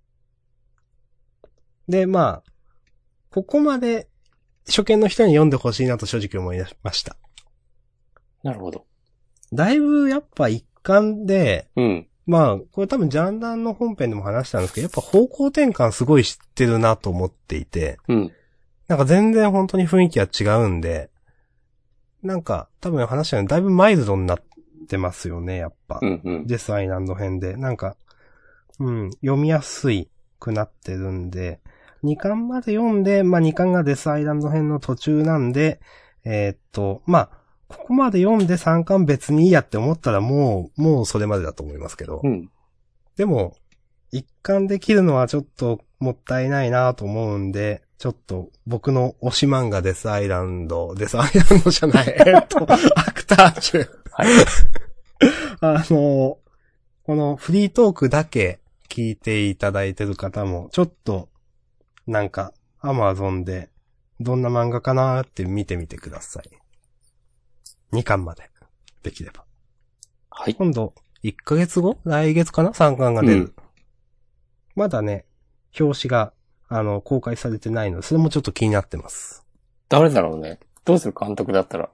で、まあ、ここまで初見の人に読んでほしいなと正直思いました。 なるほど。 だいぶやっぱ一貫で、 うん。 まあ、これ多分ジャンダンの本編でも話したんですけど、やっぱ方向転換すごい知ってるなと思っていて、 うん。 なんか全然本当に雰囲気は違うんで、なんか多分話したようにだいぶマイルドになってますよね、やっぱ。 うんうん。 デスアイランド編で。なんか、読みやすいくなってるんで、2巻まで読んで、まあ2巻がデスアイランド編の途中なんで、まあ、ここまで読んで3巻別にいいやって思ったらもうそれまでだと思いますけど。 うん。 でも、1巻できるのはちょっともったいないなと思うんで、ちょっと僕の推し漫画デスアイランドじゃない、アクタージュ。 はい。 ここのフリートークだけ聞いていただいてる方も、ちょっと、なんか、Amazon で、どんな漫画かなーって見てみてください。2巻まで。できれば。 はい。 今度、1ヶ月後来月かな ?3 巻が出る。 うんまだね、表紙が、公開されてないので、それもちょっと気になってます。 誰だろうね。どうする監督だったら。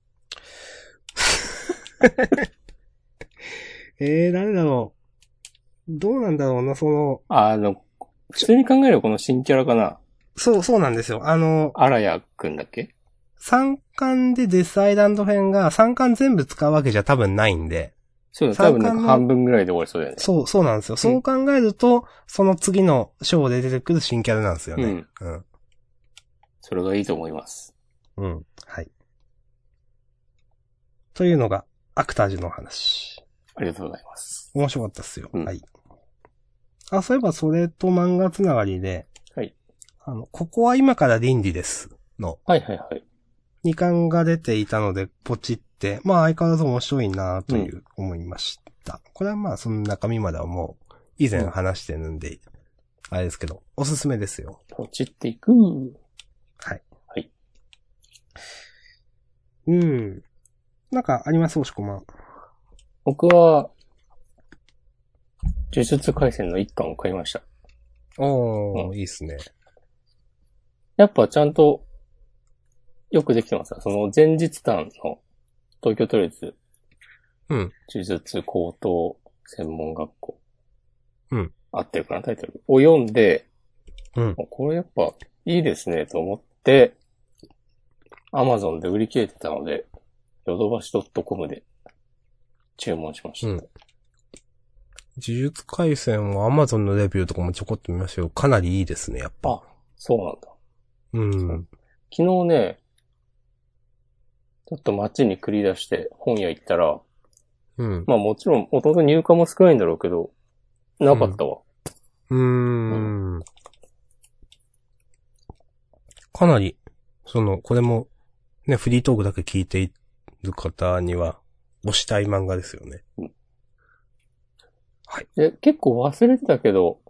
誰だろう。どうなんだろうな、 普通に考えればこの新キャラかな。 そうなんですよ。 荒谷くんだっけ？ 3巻でデスアイランド編が3巻全部使うわけじゃ多分ないんで。 そうだ、多分なんか半分ぐらいで終わりそうだよね。 そうなんですよ。そう考えると、その次のショーで出てくる新キャラなんですよね。うん。 それがいいと思います。 うん。はい。というのが、アクタージュの話。 ありがとうございます。 面白かったっすよ。 うん、 はい。そういえばそれと漫画つながりで、 はい。 ここは今から倫理ですの。 はいはいはい。 2巻が出ていたので、ポチって、まあ相変わらず面白いなという思いました。これはまあその中身まではもう以前話してるんで、あれですけど、おすすめですよ。 ポチっていく。 はい。 はい。 なんかありますおしこまん。 僕は、呪術廻戦の一巻を買いました。 いいっすね。 やっぱちゃんと、よくできてますよ。その前日談の東京都立呪術高等専門学校。合ってるかなタイトル。を読んで、これやっぱいいですねと思って、Amazon で売り切れてたので、ヨドバシ .com で注文しました。 呪術廻戦は Amazon のレビューとかもちょこっと見ましたよ。かなりいいですね、やっぱ。 そうなんだ。昨日ね、ちょっと街に繰り出して本屋行ったら、まあもちろん、もともと入荷も少ないんだろうけど、なかったわ。 かなり、これも、ね、フリートークだけ聞いている方には、推したい漫画ですよね。はい。 で、結構忘れてたけど、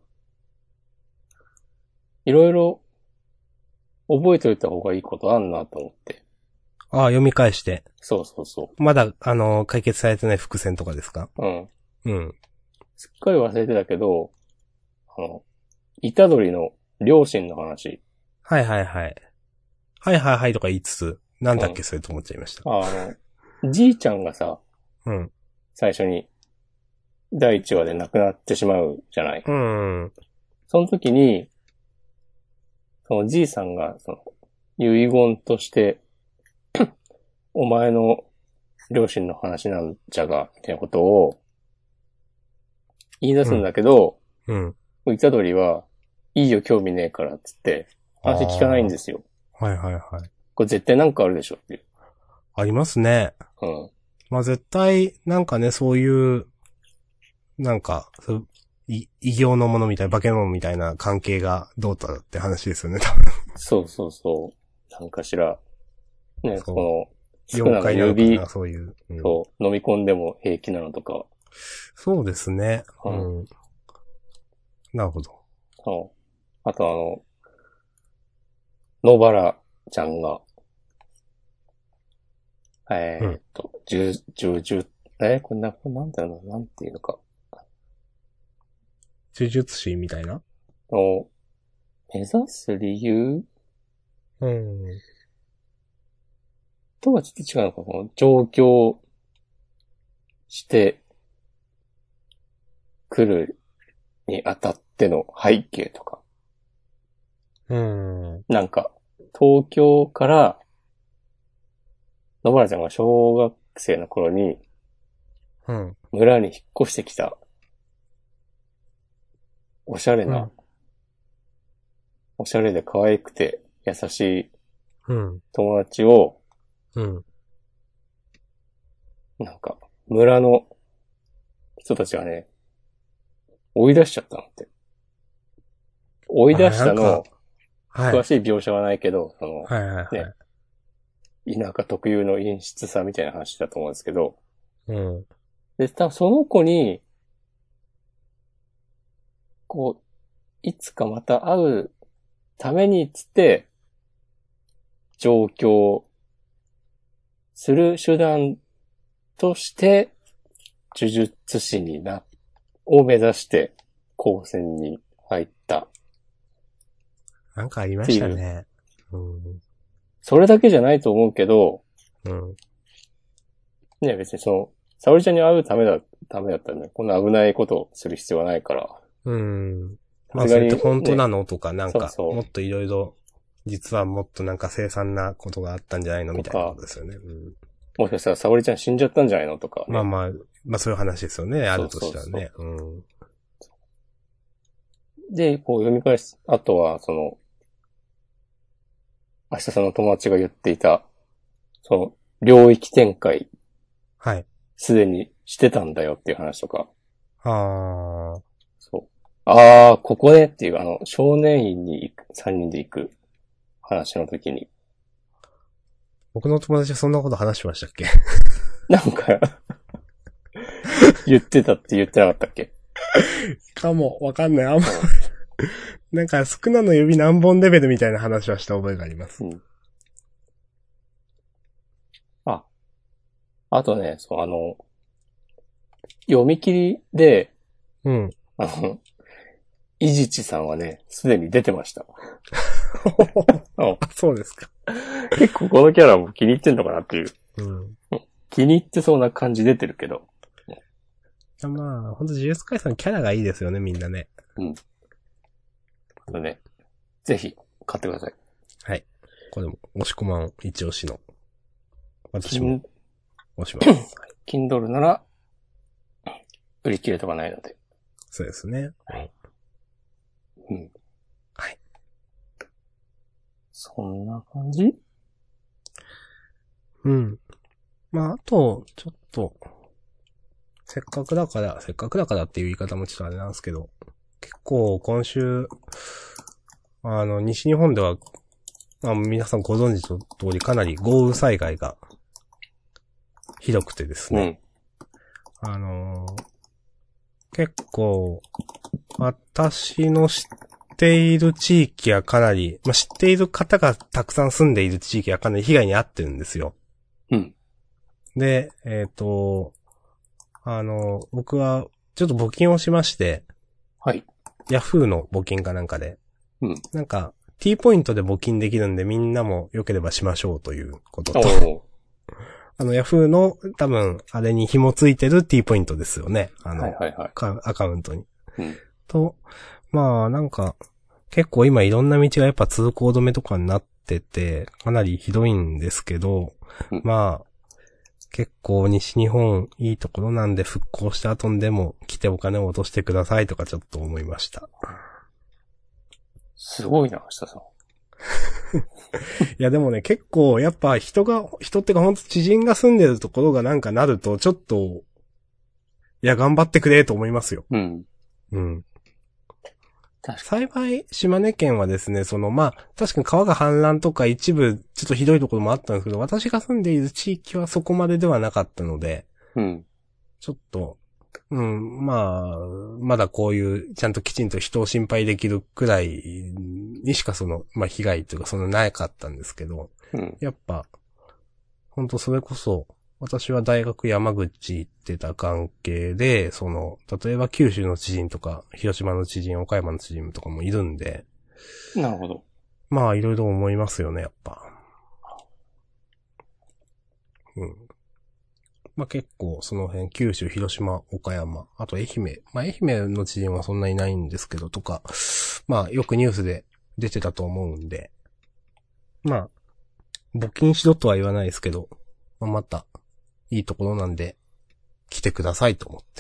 いろいろ覚えておいた方がいいことあんなと思って。 読み返して。 そう。 まだ、解決されてない伏線とかですか？ すっかり忘れてたけど、虎杖の両親の話。 はいとか言いつつ、なんだっけそれと思っちゃいました。 じいちゃんがさ、最初に、第1話で亡くなってしまうじゃない。その時に、そのじいさんが、遺言として、お前の両親の話なんじゃが、みたいなことを言い出すんだけど、虎杖は、いいよ興味ねえからっつって、話聞かないんですよ。これ絶対なんかあるでしょっていう。 ありますね。まあ絶対、なんかね、そういう、なんか、異形のものみたいな、化け物みたいな関係がどうだって話ですよね、多分。 そう。なんかしら、ね、この、 妖怪なのかな、そういう。 そう、飲み込んでも平気なのとか。 そうですね。なるほど。 あと野原ちゃんが、これなんだろうな、なんていうのか。 呪術師みたいな目指す理由とはちょっと違うのか、この上京してくるにあたっての背景とか。なんか、東京から、野原ちゃんが小学生の頃に、村に引っ越してきた、おしゃれで可愛くて優しい友達を、なんか、村の人たちがね、追い出しちゃったのって。追い出したの、詳しい描写はないけど、ね、田舎特有の陰湿さみたいな話だと思うんですけど、で、多分その子に、 こう、いつかまた会うためにつって、上京する手段として、呪術師を目指して高専に入った。 なんかありましたね。うん。 それだけじゃないと思うけど、 うん。 ね、別に沙織ちゃんに会うためだったらね、こんな危ないことをする必要はないから。 うん。まあ、それって本当なのとか、なんか、 そうそうもっといろいろ、実はもっとなんか凄惨なことがあったんじゃないのみたいなことですよね。うん、 もしかしたら沙織ちゃん死んじゃったんじゃないのとか、ね。 まあまあ、まあそういう話ですよね。あるとしたらね。 で、こう読み返す。あとは、明日さんの友達が言っていた、領域展開。 はい。 すでにしてたんだよっていう話とか。 ああ。 そう。ああ、ここねっていう、少年院に3人で行く話の時に。 僕の友達はそんなこと話しましたっけ？ なんか言ってたって言ってなかったっけ？ かも、わかんない。あんま、なんか、少なの指何本レベルみたいな話はした覚えがあります。うん。 あとね、読み切りで、 うん。 伊地知さんはね、すでに出てました。 あ、そうですか。 結構このキャラも気に入ってんのかなっていう。 うん。 気に入ってそうな感じ出てるけど。 まあ、ほんと呪術廻戦キャラがいいですよね、みんなね。 うん。ね、ぜひ、買ってください。 はい。これも、押し込まん一押しの。私も、押します。 Kindle なら、売り切れとかないので。 そうですね。 はい。うん。 はい。 そんな感じ？ うん。まあ、あと、ちょっと、せっかくだからっていう言い方もちょっとあれなんですけど、結構今週、西日本では、まあ、皆さんご存知の通りかなり豪雨災害がひどくてですね。うん、結構、私の知っている地域はかなり、まあ、知っている方がたくさん住んでいる地域はかなり被害に遭ってるんですよ。 うん。 で、僕はちょっと募金をしまして、 はい。 ヤフーの募金かなんかで、 うん。 なんか、T ポイントで募金できるんでみんなも良ければしましょうということと、ヤフーの多分、あれに紐ついてる T ポイントですよね。 はいはいはい。 アカウントに。 うん。 と、まあなんか、結構今いろんな道がやっぱ通行止めとかになってて、かなりひどいんですけど、 うん、 まあ、結構西日本いいところなんで復興した後にでも来てお金を落としてくださいとかちょっと思いました。 すごいな、明日さん。 いやでもね、結構やっぱ人ってかほんと知人が住んでるところがなんかなるとちょっと、いや頑張ってくれと思いますよ。 うん。 うん。幸い、島根県はですね、まあ、確かに川が氾濫とか一部、ちょっとひどいところもあったんですけど、私が住んでいる地域はそこまでではなかったので、 うん。 ちょっと、うん、まあ、まだこういう、ちゃんときちんと人を心配できるくらいにしかまあ被害というかなかったんですけど、 うん、 やっぱ、本当それこそ、私は大学山口行ってた関係で、例えば九州の知人とか、広島の知人、岡山の知人とかもいるんで。 なるほど。 まあ、いろいろ思いますよね、やっぱ。うん。まあ結構、その辺、九州、広島、岡山、あと愛媛。まあ愛媛の知人はそんなにないんですけど、とか、まあよくニュースで出てたと思うんで。まあ、募金しろとは言わないですけど、また、いいところなんで、来てくださいと思って。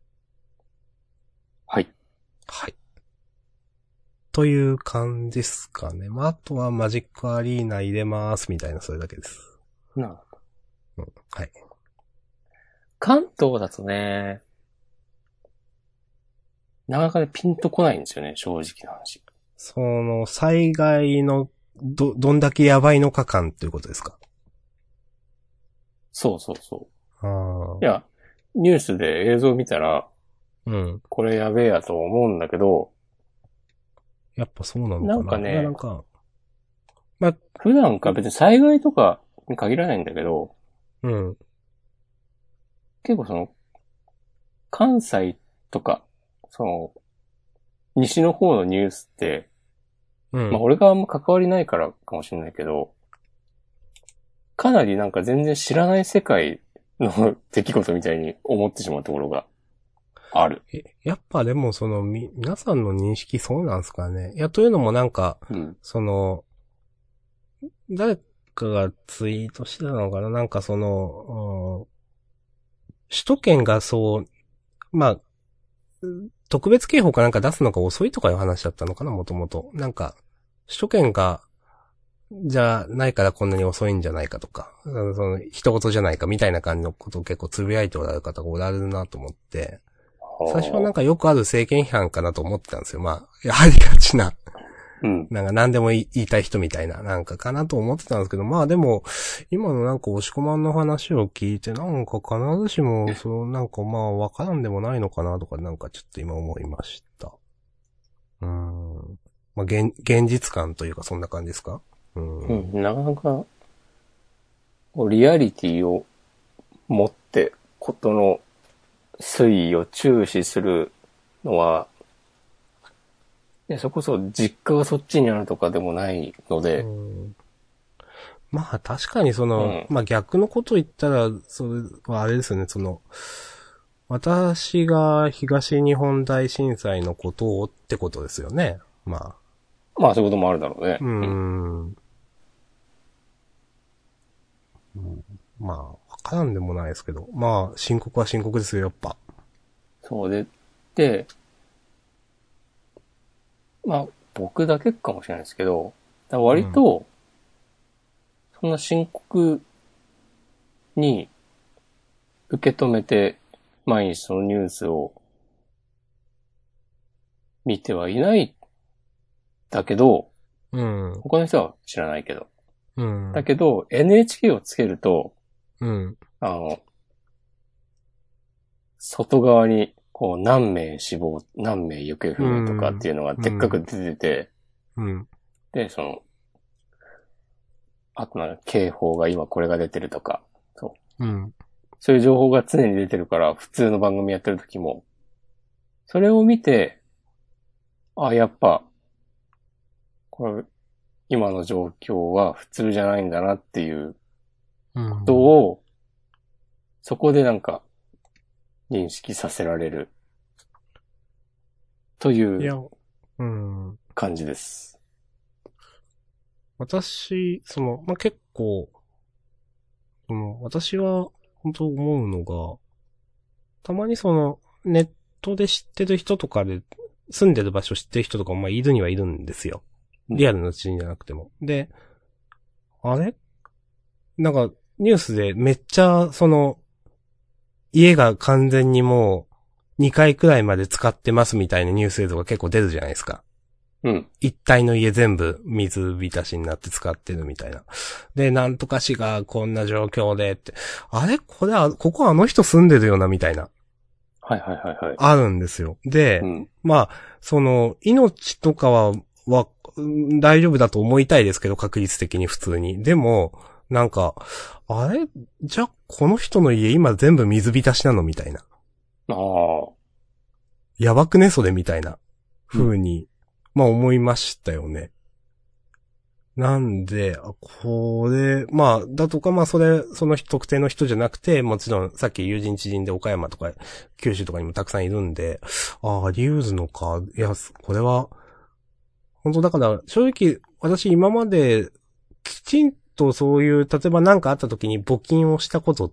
はい。 はい。という感じですかね。まあ、あとはマジックアリーナ入れますみたいな、それだけです。 なるほど。うん、はい。 関東だとね、なかなかね、ピンとこないんですよね、正直な話。 災害の、どんだけやばいのか感っていうことですか？ そうそうそう。 ああ。 いや、ニュースで映像見たら、 うん。 これやべえやと思うんだけど、 やっぱそうなのかな。 なんかねいや、なんか、まあ、 普段から別に災害とかに限らないんだけど、 うん。 結構その、関西とか、その、西の方のニュースって、まあうん。 俺があんま関わりないからかもしれないけど、かなりなんか全然知らない世界の出来事みたいに思ってしまうところがある。 やっぱでも皆さんの認識そうなんですかね。いや、というのもなんか、 うん。 その、誰かがツイートしてたのかななんか首都圏がそう、まあ、特別警報かなんか出すのが遅いとかいう話だったのかなもともと。なんか、首都圏が、じゃないからこんなに遅いんじゃないかとか、人事じゃないかみたいな感じのことを結構つぶやいておられる方がおられるなと思って、最初はなんはあ。 かよくある政権批判かなと思ってたんですよ。まあ、やはりがちな、 うん。 なんか何でも言いたい人みたいな、なんかかなと思ってたんですけど、まあでも、今のなんか押し込まんの話を聞いて、なんか必ずしも、なんかまあわからんでもないのかなとか、なんかちょっと今思いました。まあ現実感というかそんな感じですか？ うん。なかなか、リアリティを持ってことの推移を注視するのは、そこそ実家がそっちにあるとかでもないので、 まあ確かにうん。 まあ逆のこと言ったら、それはあれですよね、私が東日本大震災のことをってことですよね。まあ。 まあそういうこともあるだろうね。 うーうん。 ん。まあ、わからんでもないですけど。まあ、深刻は深刻ですよ、やっぱ。 そうで、まあ僕だけかもしれないですけど、だからうん。 割と、そんな深刻に受け止めて、毎日そのニュースを見てはいない。だけど、 うん。 他の人は知らないけど。 うん。 だけど、NHK をつけると、 うん。 あの、外側に、こう、何名死亡、何名行方不う明とかっん。 ていうのがでっかくうん。 出てて、 うん。 で、あとなんか警報が今これが出てるとか、そう。 うん。 そういう情報が常に出てるから、普通の番組やってる時も、それを見て、あ、やっぱ、これ、今の状況は普通じゃないんだなっていううことん。 を、そこでなんか認識させられるといういや、うん。 感じです。 私、まあ、結構、私は、本当思うのが、たまにネットで知ってる人とかで、住んでる場所知ってる人とかも、まあ、いるにはいるんですよ。 うん。 リアルな知人じゃなくても。で、あれなんか、ニュースでめっちゃ、家が完全にもう、2階くらいまで使ってますみたいなニュース映像が結構出るじゃないですか。 うん。 一体の家全部水浸しになって使ってるみたいな。で、なんとか市がこんな状況でって、あれここあの人住んでるよなみたいな。 はいはいはいはい。 あるんですよ。で、 うん。 まあ、命とか大丈夫だと思いたいですけど、確率的に普通に。でも、なんか、あれじゃあ、この人の家今全部水浸しなのみたいな。 ああ。 やばくねそれみたいな。 うん。 風に、まあ思いましたよね。なんで、まあ、だとか、まあその特定の人じゃなくて、もちろん、さっき友人知人で岡山とか、九州とかにもたくさんいるんで、ああ、リューズのか、いや、これは、本当だから、正直、私今まで、きちんとそういう、例えば何かあった時に募金をしたことって、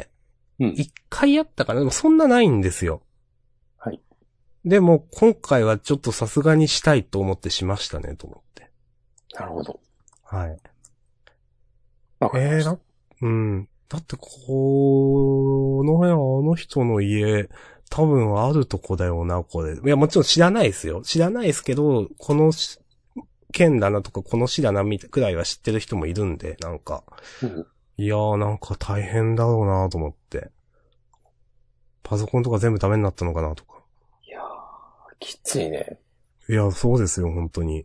うん。 一回あったかなでもそんなないんですよ。 はい。 でも、今回はちょっとさすがにしたいと思ってしましたね、と思って。 なるほど。 はい。 わかりました。 うん。だって、この辺あの人の家、多分あるとこだよな、これ。いや、もちろん知らないですよ。知らないですけど、この県だなとか、この市だな、くらいは知ってる人もいるんで、なんか。 うん。 いやー、なんか大変だろうなと思って。パソコンとか全部ダメになったのかなとか。 きついね。 いや、そうですよ、本当に。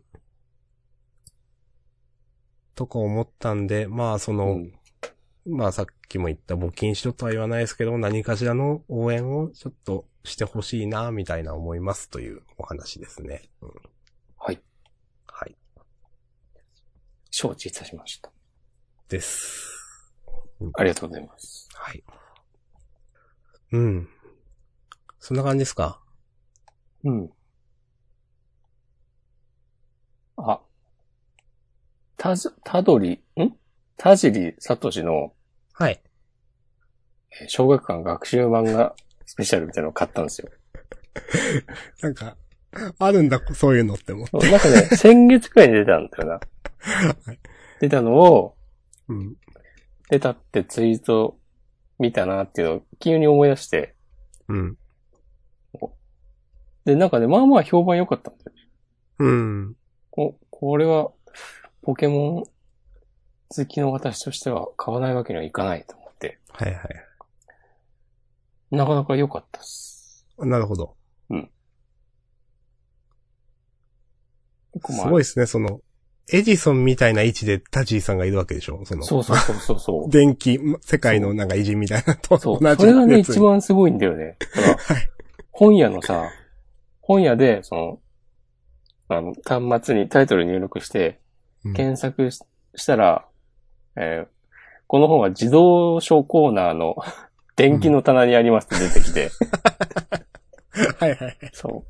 とか思ったんで、まあうん。 まあさっきも言った募金しろとは言わないですけど、何かしらの応援をちょっとしてほしいな、みたいな思いますというお話ですね。うん、 はい。 はい。 承知いたしました。 です。 ありがとうございます。 はい。うん。そんな感じですか？ うん。あ、田尻聡のはい。 小学館学習漫画スペシャルみたいなのを買ったんですよ。 なんか、あるんだ、そういうのって思って。 なんかね、先月くらいに出たんだよな。 はい、 出たのを、 うん。 出たってツイート見たなっていうのを急に思い出して。 うん。 で、なんかね、まあまあ評判良かったんだよね。 うん。 これは、ポケモン好きの私としては買わないわけにはいかないと思って。 はいはい。 なかなか良かったっす。 なるほど。 うん。 すごいですね、エジソンみたいな位置でタジーさんがいるわけでしょ？ そうそうそうそうそう。 電気、世界のなんか偉人みたいなとそう。 同じそれがね、 列に。 一番すごいんだよね。だから、 はい。 本屋で、端末にタイトル入力して、 うん、 検索したら、この本は自動書コーナーの電気の棚にありますって出てきて。 はいはい。 そう。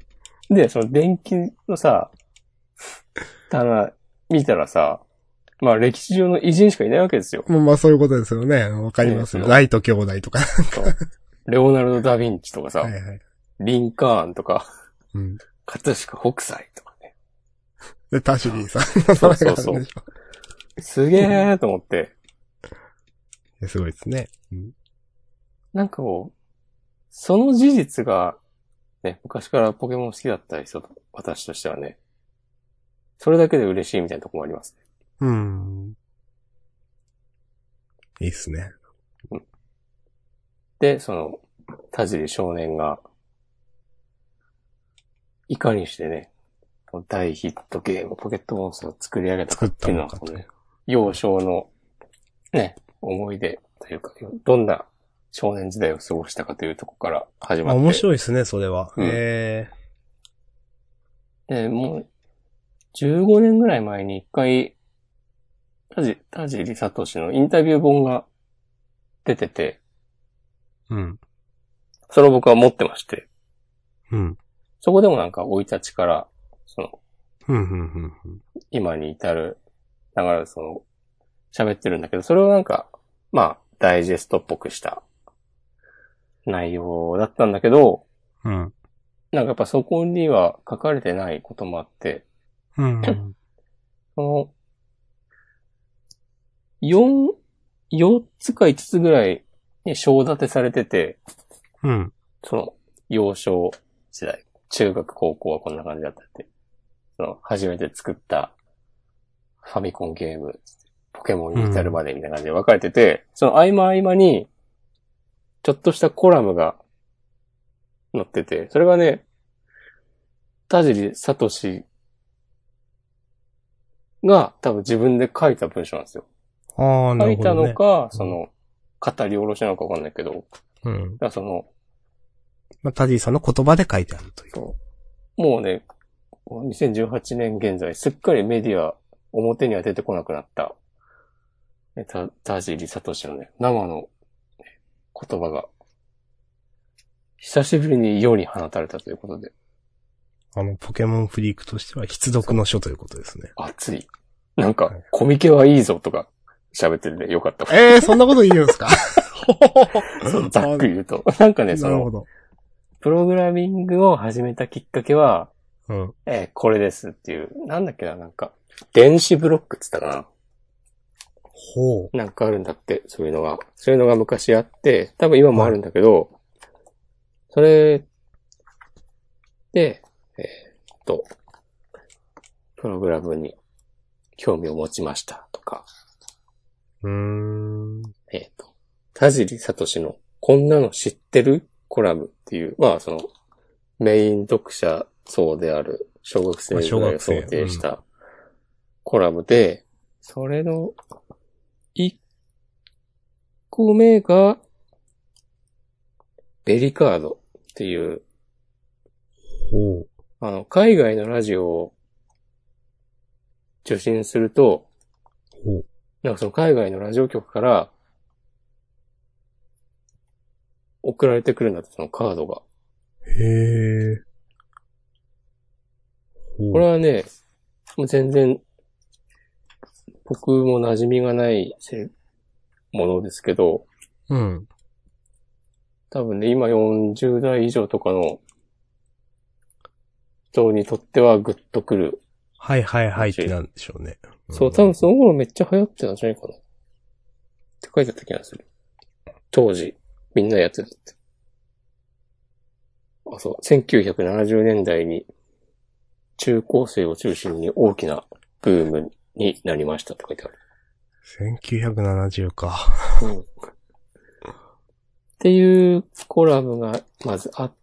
で、その電気のさ、棚見たらさ、まあ歴史上の偉人しかいないわけですよ。 まあそういうことですよね。わかりますよ。ライト兄弟とか。 そう。レオナルド・ダ・ヴィンチとかさ、 はいはい。 リンカーンとか、 うん。 葛飾北斎とかね。 で、タシリーさんのそう名前があそうそう。 るんでしょ。 すげーと思って。 すごいですね。うん、 なんかその事実が、ね、昔からポケモン好きだった人と、私としてはね、それだけで嬉しいみたいなところもありますね。 うん。いいっすね。 うん、で、田尻少年が、いかにしてね、大ヒットゲーム、ポケットモンスターを作り上げたか作っっていうのは、 たのかと。 ね、幼少の、ね、思い出というか、どんな少年時代を過ごしたかというところから始まって。 面白いですね、それは。 うん。 へで、もう、15年ぐらい前に一回、田尻聡のインタビュー本が出てて、 うん。 それを僕は持ってまして、 うん。 そこでもなんか生い立ちから、 うん、うん、うん。 今に至る、だから喋ってるんだけど、それをなんか、まあ、ダイジェストっぽくした内容だったんだけど、 うん。 なんかやっぱそこには書かれてないこともあって、 うん。 その、4つか5つぐらいに章立てされてて、 うん。 幼少時代、中学高校はこんな感じだったって、初めて作ったファミコンゲーム、ポケモンに至るまでみたいな感じで分かれてて、その合間合間に、ちょっとしたコラムが載ってて、それがね、田尻聡が多分自分で書いた文章なんですよ。 ああ、な書いたるほどね。 のか、語り下ろしなのか分かんないけど、 うん。 だからまあ、タディさんの言葉で書いてあるという。 もうね、2018年現在、すっかりメディア、表には出てこなくなった、田尻聡のね、生の言葉が、久しぶりに世に放たれたということで。 ポケモンフリークとしては必読の書ということですね。 熱い。なんか、コミケはいいぞとか喋っててよかった。 そんなこと言うんですか？ そうざっくり言うと。なんかね、 なるほど。 プログラミングを始めたきっかけは、 うん。 これですっていう、なんだっけな、なんか、電子ブロックって言ったかな。 ほう。 なんかあるんだって、そういうのが。そういうのが昔あって、多分今もあるんだけど、それで、プログラムに興味を持ちましたとか、田尻聡のこんなの知ってるコラムっていう、まあメイン読者層である小学生まあ小ぐらいを学生想定したコラムで、それの1個目がベリカードっていう、 おう。 海外のラジオを受信すると、 おう。 なんかその海外のラジオ局から送られてくるんだって、そのカードが。 へえ。 これはね、もう全然僕も馴染みがないものですけど、 うん。 多分ね、今40代以上とかの人にとってはグッとくる。 はいはいはいってなんでしょうね。 そう、多分その頃めっちゃ流行ってたんじゃないかな。って書いてあった気がする。当時、みんなやってたって。あ、そう、1970年代に中高生を中心に大きなブームになりましたって書いてある。 1970か。 うん。っていうコラムがまずあって、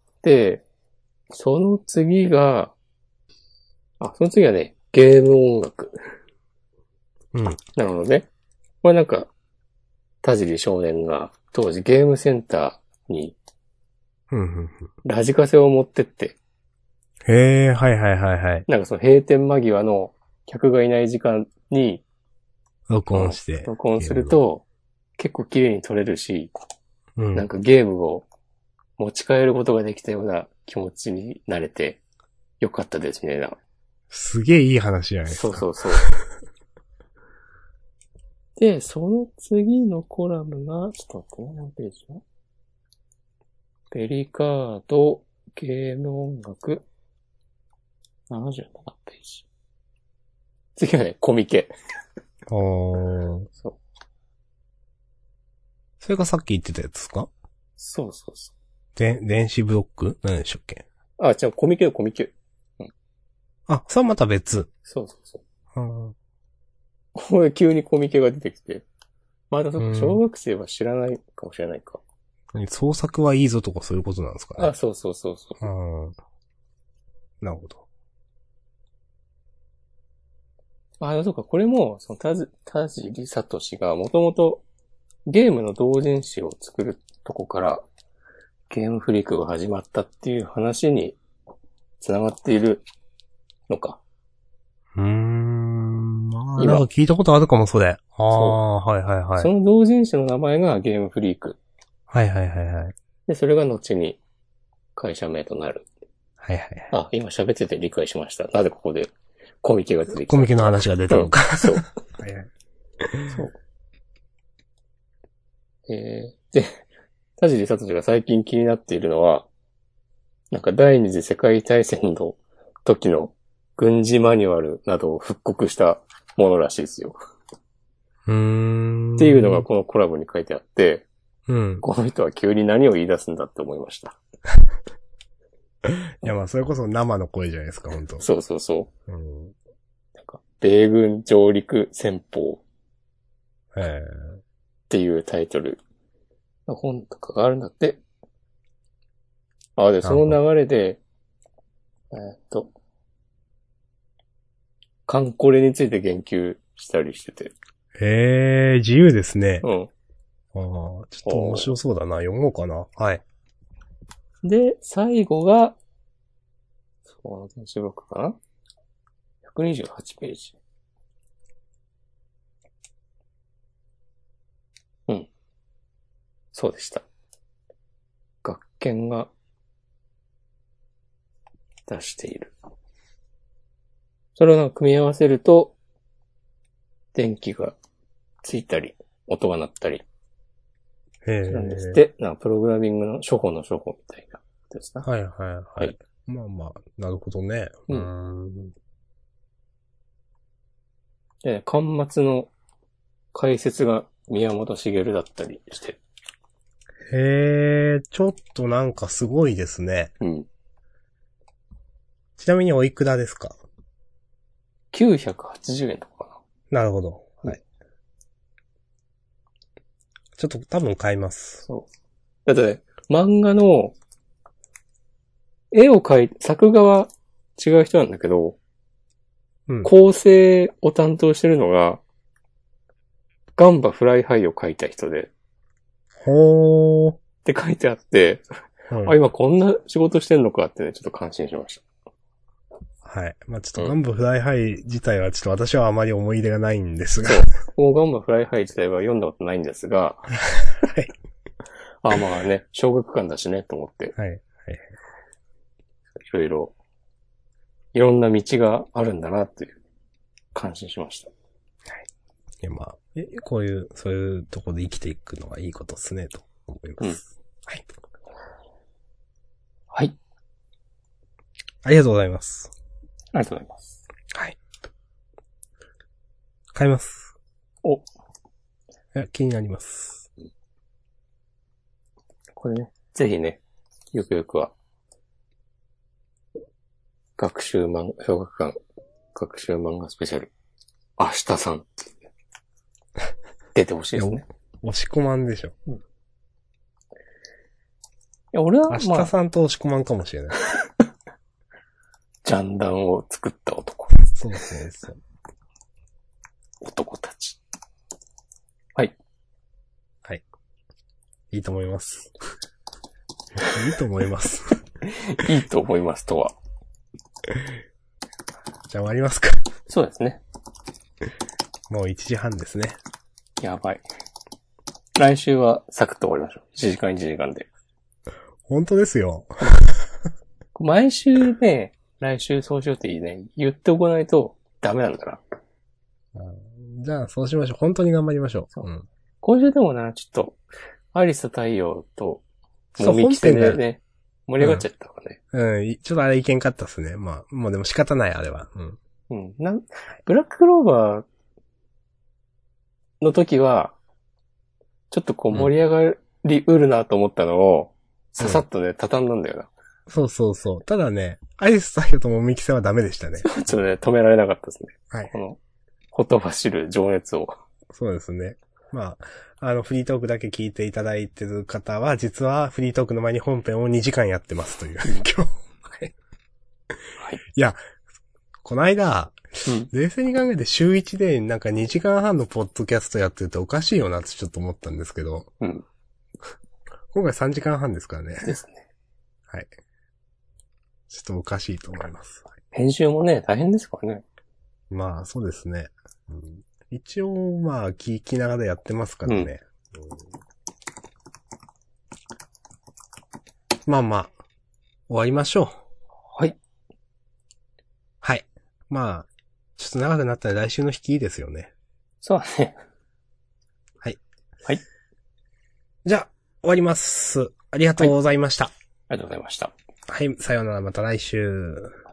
その次はね、ゲーム音楽。 うん。 なるほどね。これなんか、田尻少年が当時ゲームセンターにラジカセを持ってって、 へえ、はいはいはいはい。 なんかその閉店間際の客がいない時間に録音して。 録音すると結構綺麗に撮れるし、 うん。 なんかゲームを持ち帰ることができたような気持ちになれてよかったですみたいな。 すげえいい話じゃないですか。 そうそうそう。で、その次のコラムが、ちょっと待ってね、何ページだ？ベリカード、ゲーム音楽、77ページ。次はね、コミケ。 おー。 そう。 それがさっき言ってたやつですか？ そうそうそ電子ブロック何でしたっけ？ う。あ、じゃあコミケ。うん。 あ、それはまた別。 そうそうそう。 うん。 これ急にコミケが出てきて。まだそっか、 うん小学生は知らないかもしれないか。 創作はいいぞとかそういうことなんですかね。 あ、そうそうそうそう。 うん。なるほど。 あ、そうか、これも、その田尻聡がもともとゲームの同人誌を作るとこからゲームフリークが始まったっていう話に繋がっているのか。 まあ、 今なんか聞いたことあるかも、それ。あそあ、はいはいはい。 その同人誌の名前がゲームフリーク。 はいはいはいはい。 で、それが後に会社名となる。 はいはいはい。 あ、今喋ってて理解しました。なぜここでコミケが出てきたコミケの話が出たのか。 そう。 はいはい。 そう。で、田尻聡が最近気になっているのは、なんか第二次世界大戦の時の軍事マニュアルなどを復刻したものらしいですよ。っていうのがこのコラボに書いてあって、 うん。 この人は急に何を言い出すんだって思いました。 いやまあ、それこそ生の声じゃないですか、本当。 そうそうそう。 うん。 なんか、米軍上陸戦法ええ。 っていうタイトルの本とかがあるんだって。あ、で、その流れで、カンコレについて言及したりしてて。 へえ、自由ですね。 うん。 ああ、ちょっと面白そうだな。読もうかな。はい。 で、最後が、そう、電子ブロックかな ?128 ページ。うん。そうでした。学研が出している。それを組み合わせると、電気がついたり、音が鳴ったりするんですって。プログラミングの初歩みたいなことですね。 はいはいはい。はい、まあまあ、なるほどね。 で、端末の解説が宮本茂だったりして。 へえ、ちょっとなんかすごいですね。 うん。 ちなみにおいくらですか？ 980円とかかな。なるほど。はい。ちょっと多分買います。 そう。だってね、漫画の絵を作画は違う人なんだけど、 うん。 構成を担当してるのが、ガンバフライハイを書いた人で、っほー。 て書いてあって、 うん。 あ、今こんな仕事してんのかってね、ちょっと感心しましはい。まあちょった。 とガンバフライハイ自体はちょっと私はあまり思い入れがないんですが。 そう。もうガンバフライハイ自体は読んだことないんですが、 はい。 あ、まあね、小学館だしね、と思って、 はい。はい。 いろんな道があるんだな、っていう、感心しました。 いや、まあ、こういう、そういうところで生きていくのはいいことっすね、と思います。はい。 はい。 ありがとうございます。 ありがとうございます。 はい。買います。 お、 いや、気になります。 これね、ぜひね、よくよくは、小学館、学習漫画スペシャル、明日さん、出てほしいですね。 押し込まんでしょ。 いや、俺は、 明まあ、 日さんと押し込まんかもしれない。 ジャンダンを作った男。 そうそうそう。 男たち。はい。 はい。いいと思います。いいと思います。 いいと思いますとは。 じゃあ終わりますか。 そうですね。 もう1時半ですね。 やばい。来週はサクッと終わりましょう。1時間1時間で。 本当ですよ。 毎週ね、来週そうしようっていいね、言っておかないとダメなんだな。 じゃあそうしましょう。本当に頑張りましょう。 そううん。 今週でもな、ちょっと、アリス太陽と、 そう、 もみきせで本編が、 ね、盛り上がっちゃったからね。 ちょっとあれいけんかったっすね。まあ、もうでも仕方ない、あれは。うん。 うん。ブラッククローバーの時は、ちょっとこう盛り上がりうるなと思ったのを、ささっとね、畳んだんだよな。 そうそうそう。ただね、アイス太陽ともみきせはダメでしたね。 ちょっとね、止められなかったですね。 はい。 この、ほとばしる情熱を。 そうですね。まあ、フリートークだけ聞いていただいてる方は、実はフリートークの前に本編を2時間やってますという、今日。はい。 はい。 いや、この間、 うん。 冷静に考えて週1でなんか2時間半のポッドキャストやってるとおかしいよなってちょっと思ったんですけど、 うん。 今回3時間半ですからね。 ですね。 はい。ちょっとおかしいと思います。 編集もね、大変ですからね。 まあ、そうですね。うん、一応、まあ、聞きながらやってますからね。まあまあ、終わりましょう。 はい。 はい。まあ、ちょっと長くなったら来週の引きいいですよね。 そうだね。 はい。 はい。 じゃあ、終わります。ありがとうございました。 ありがとうございました。 はい、さようなら、また来週。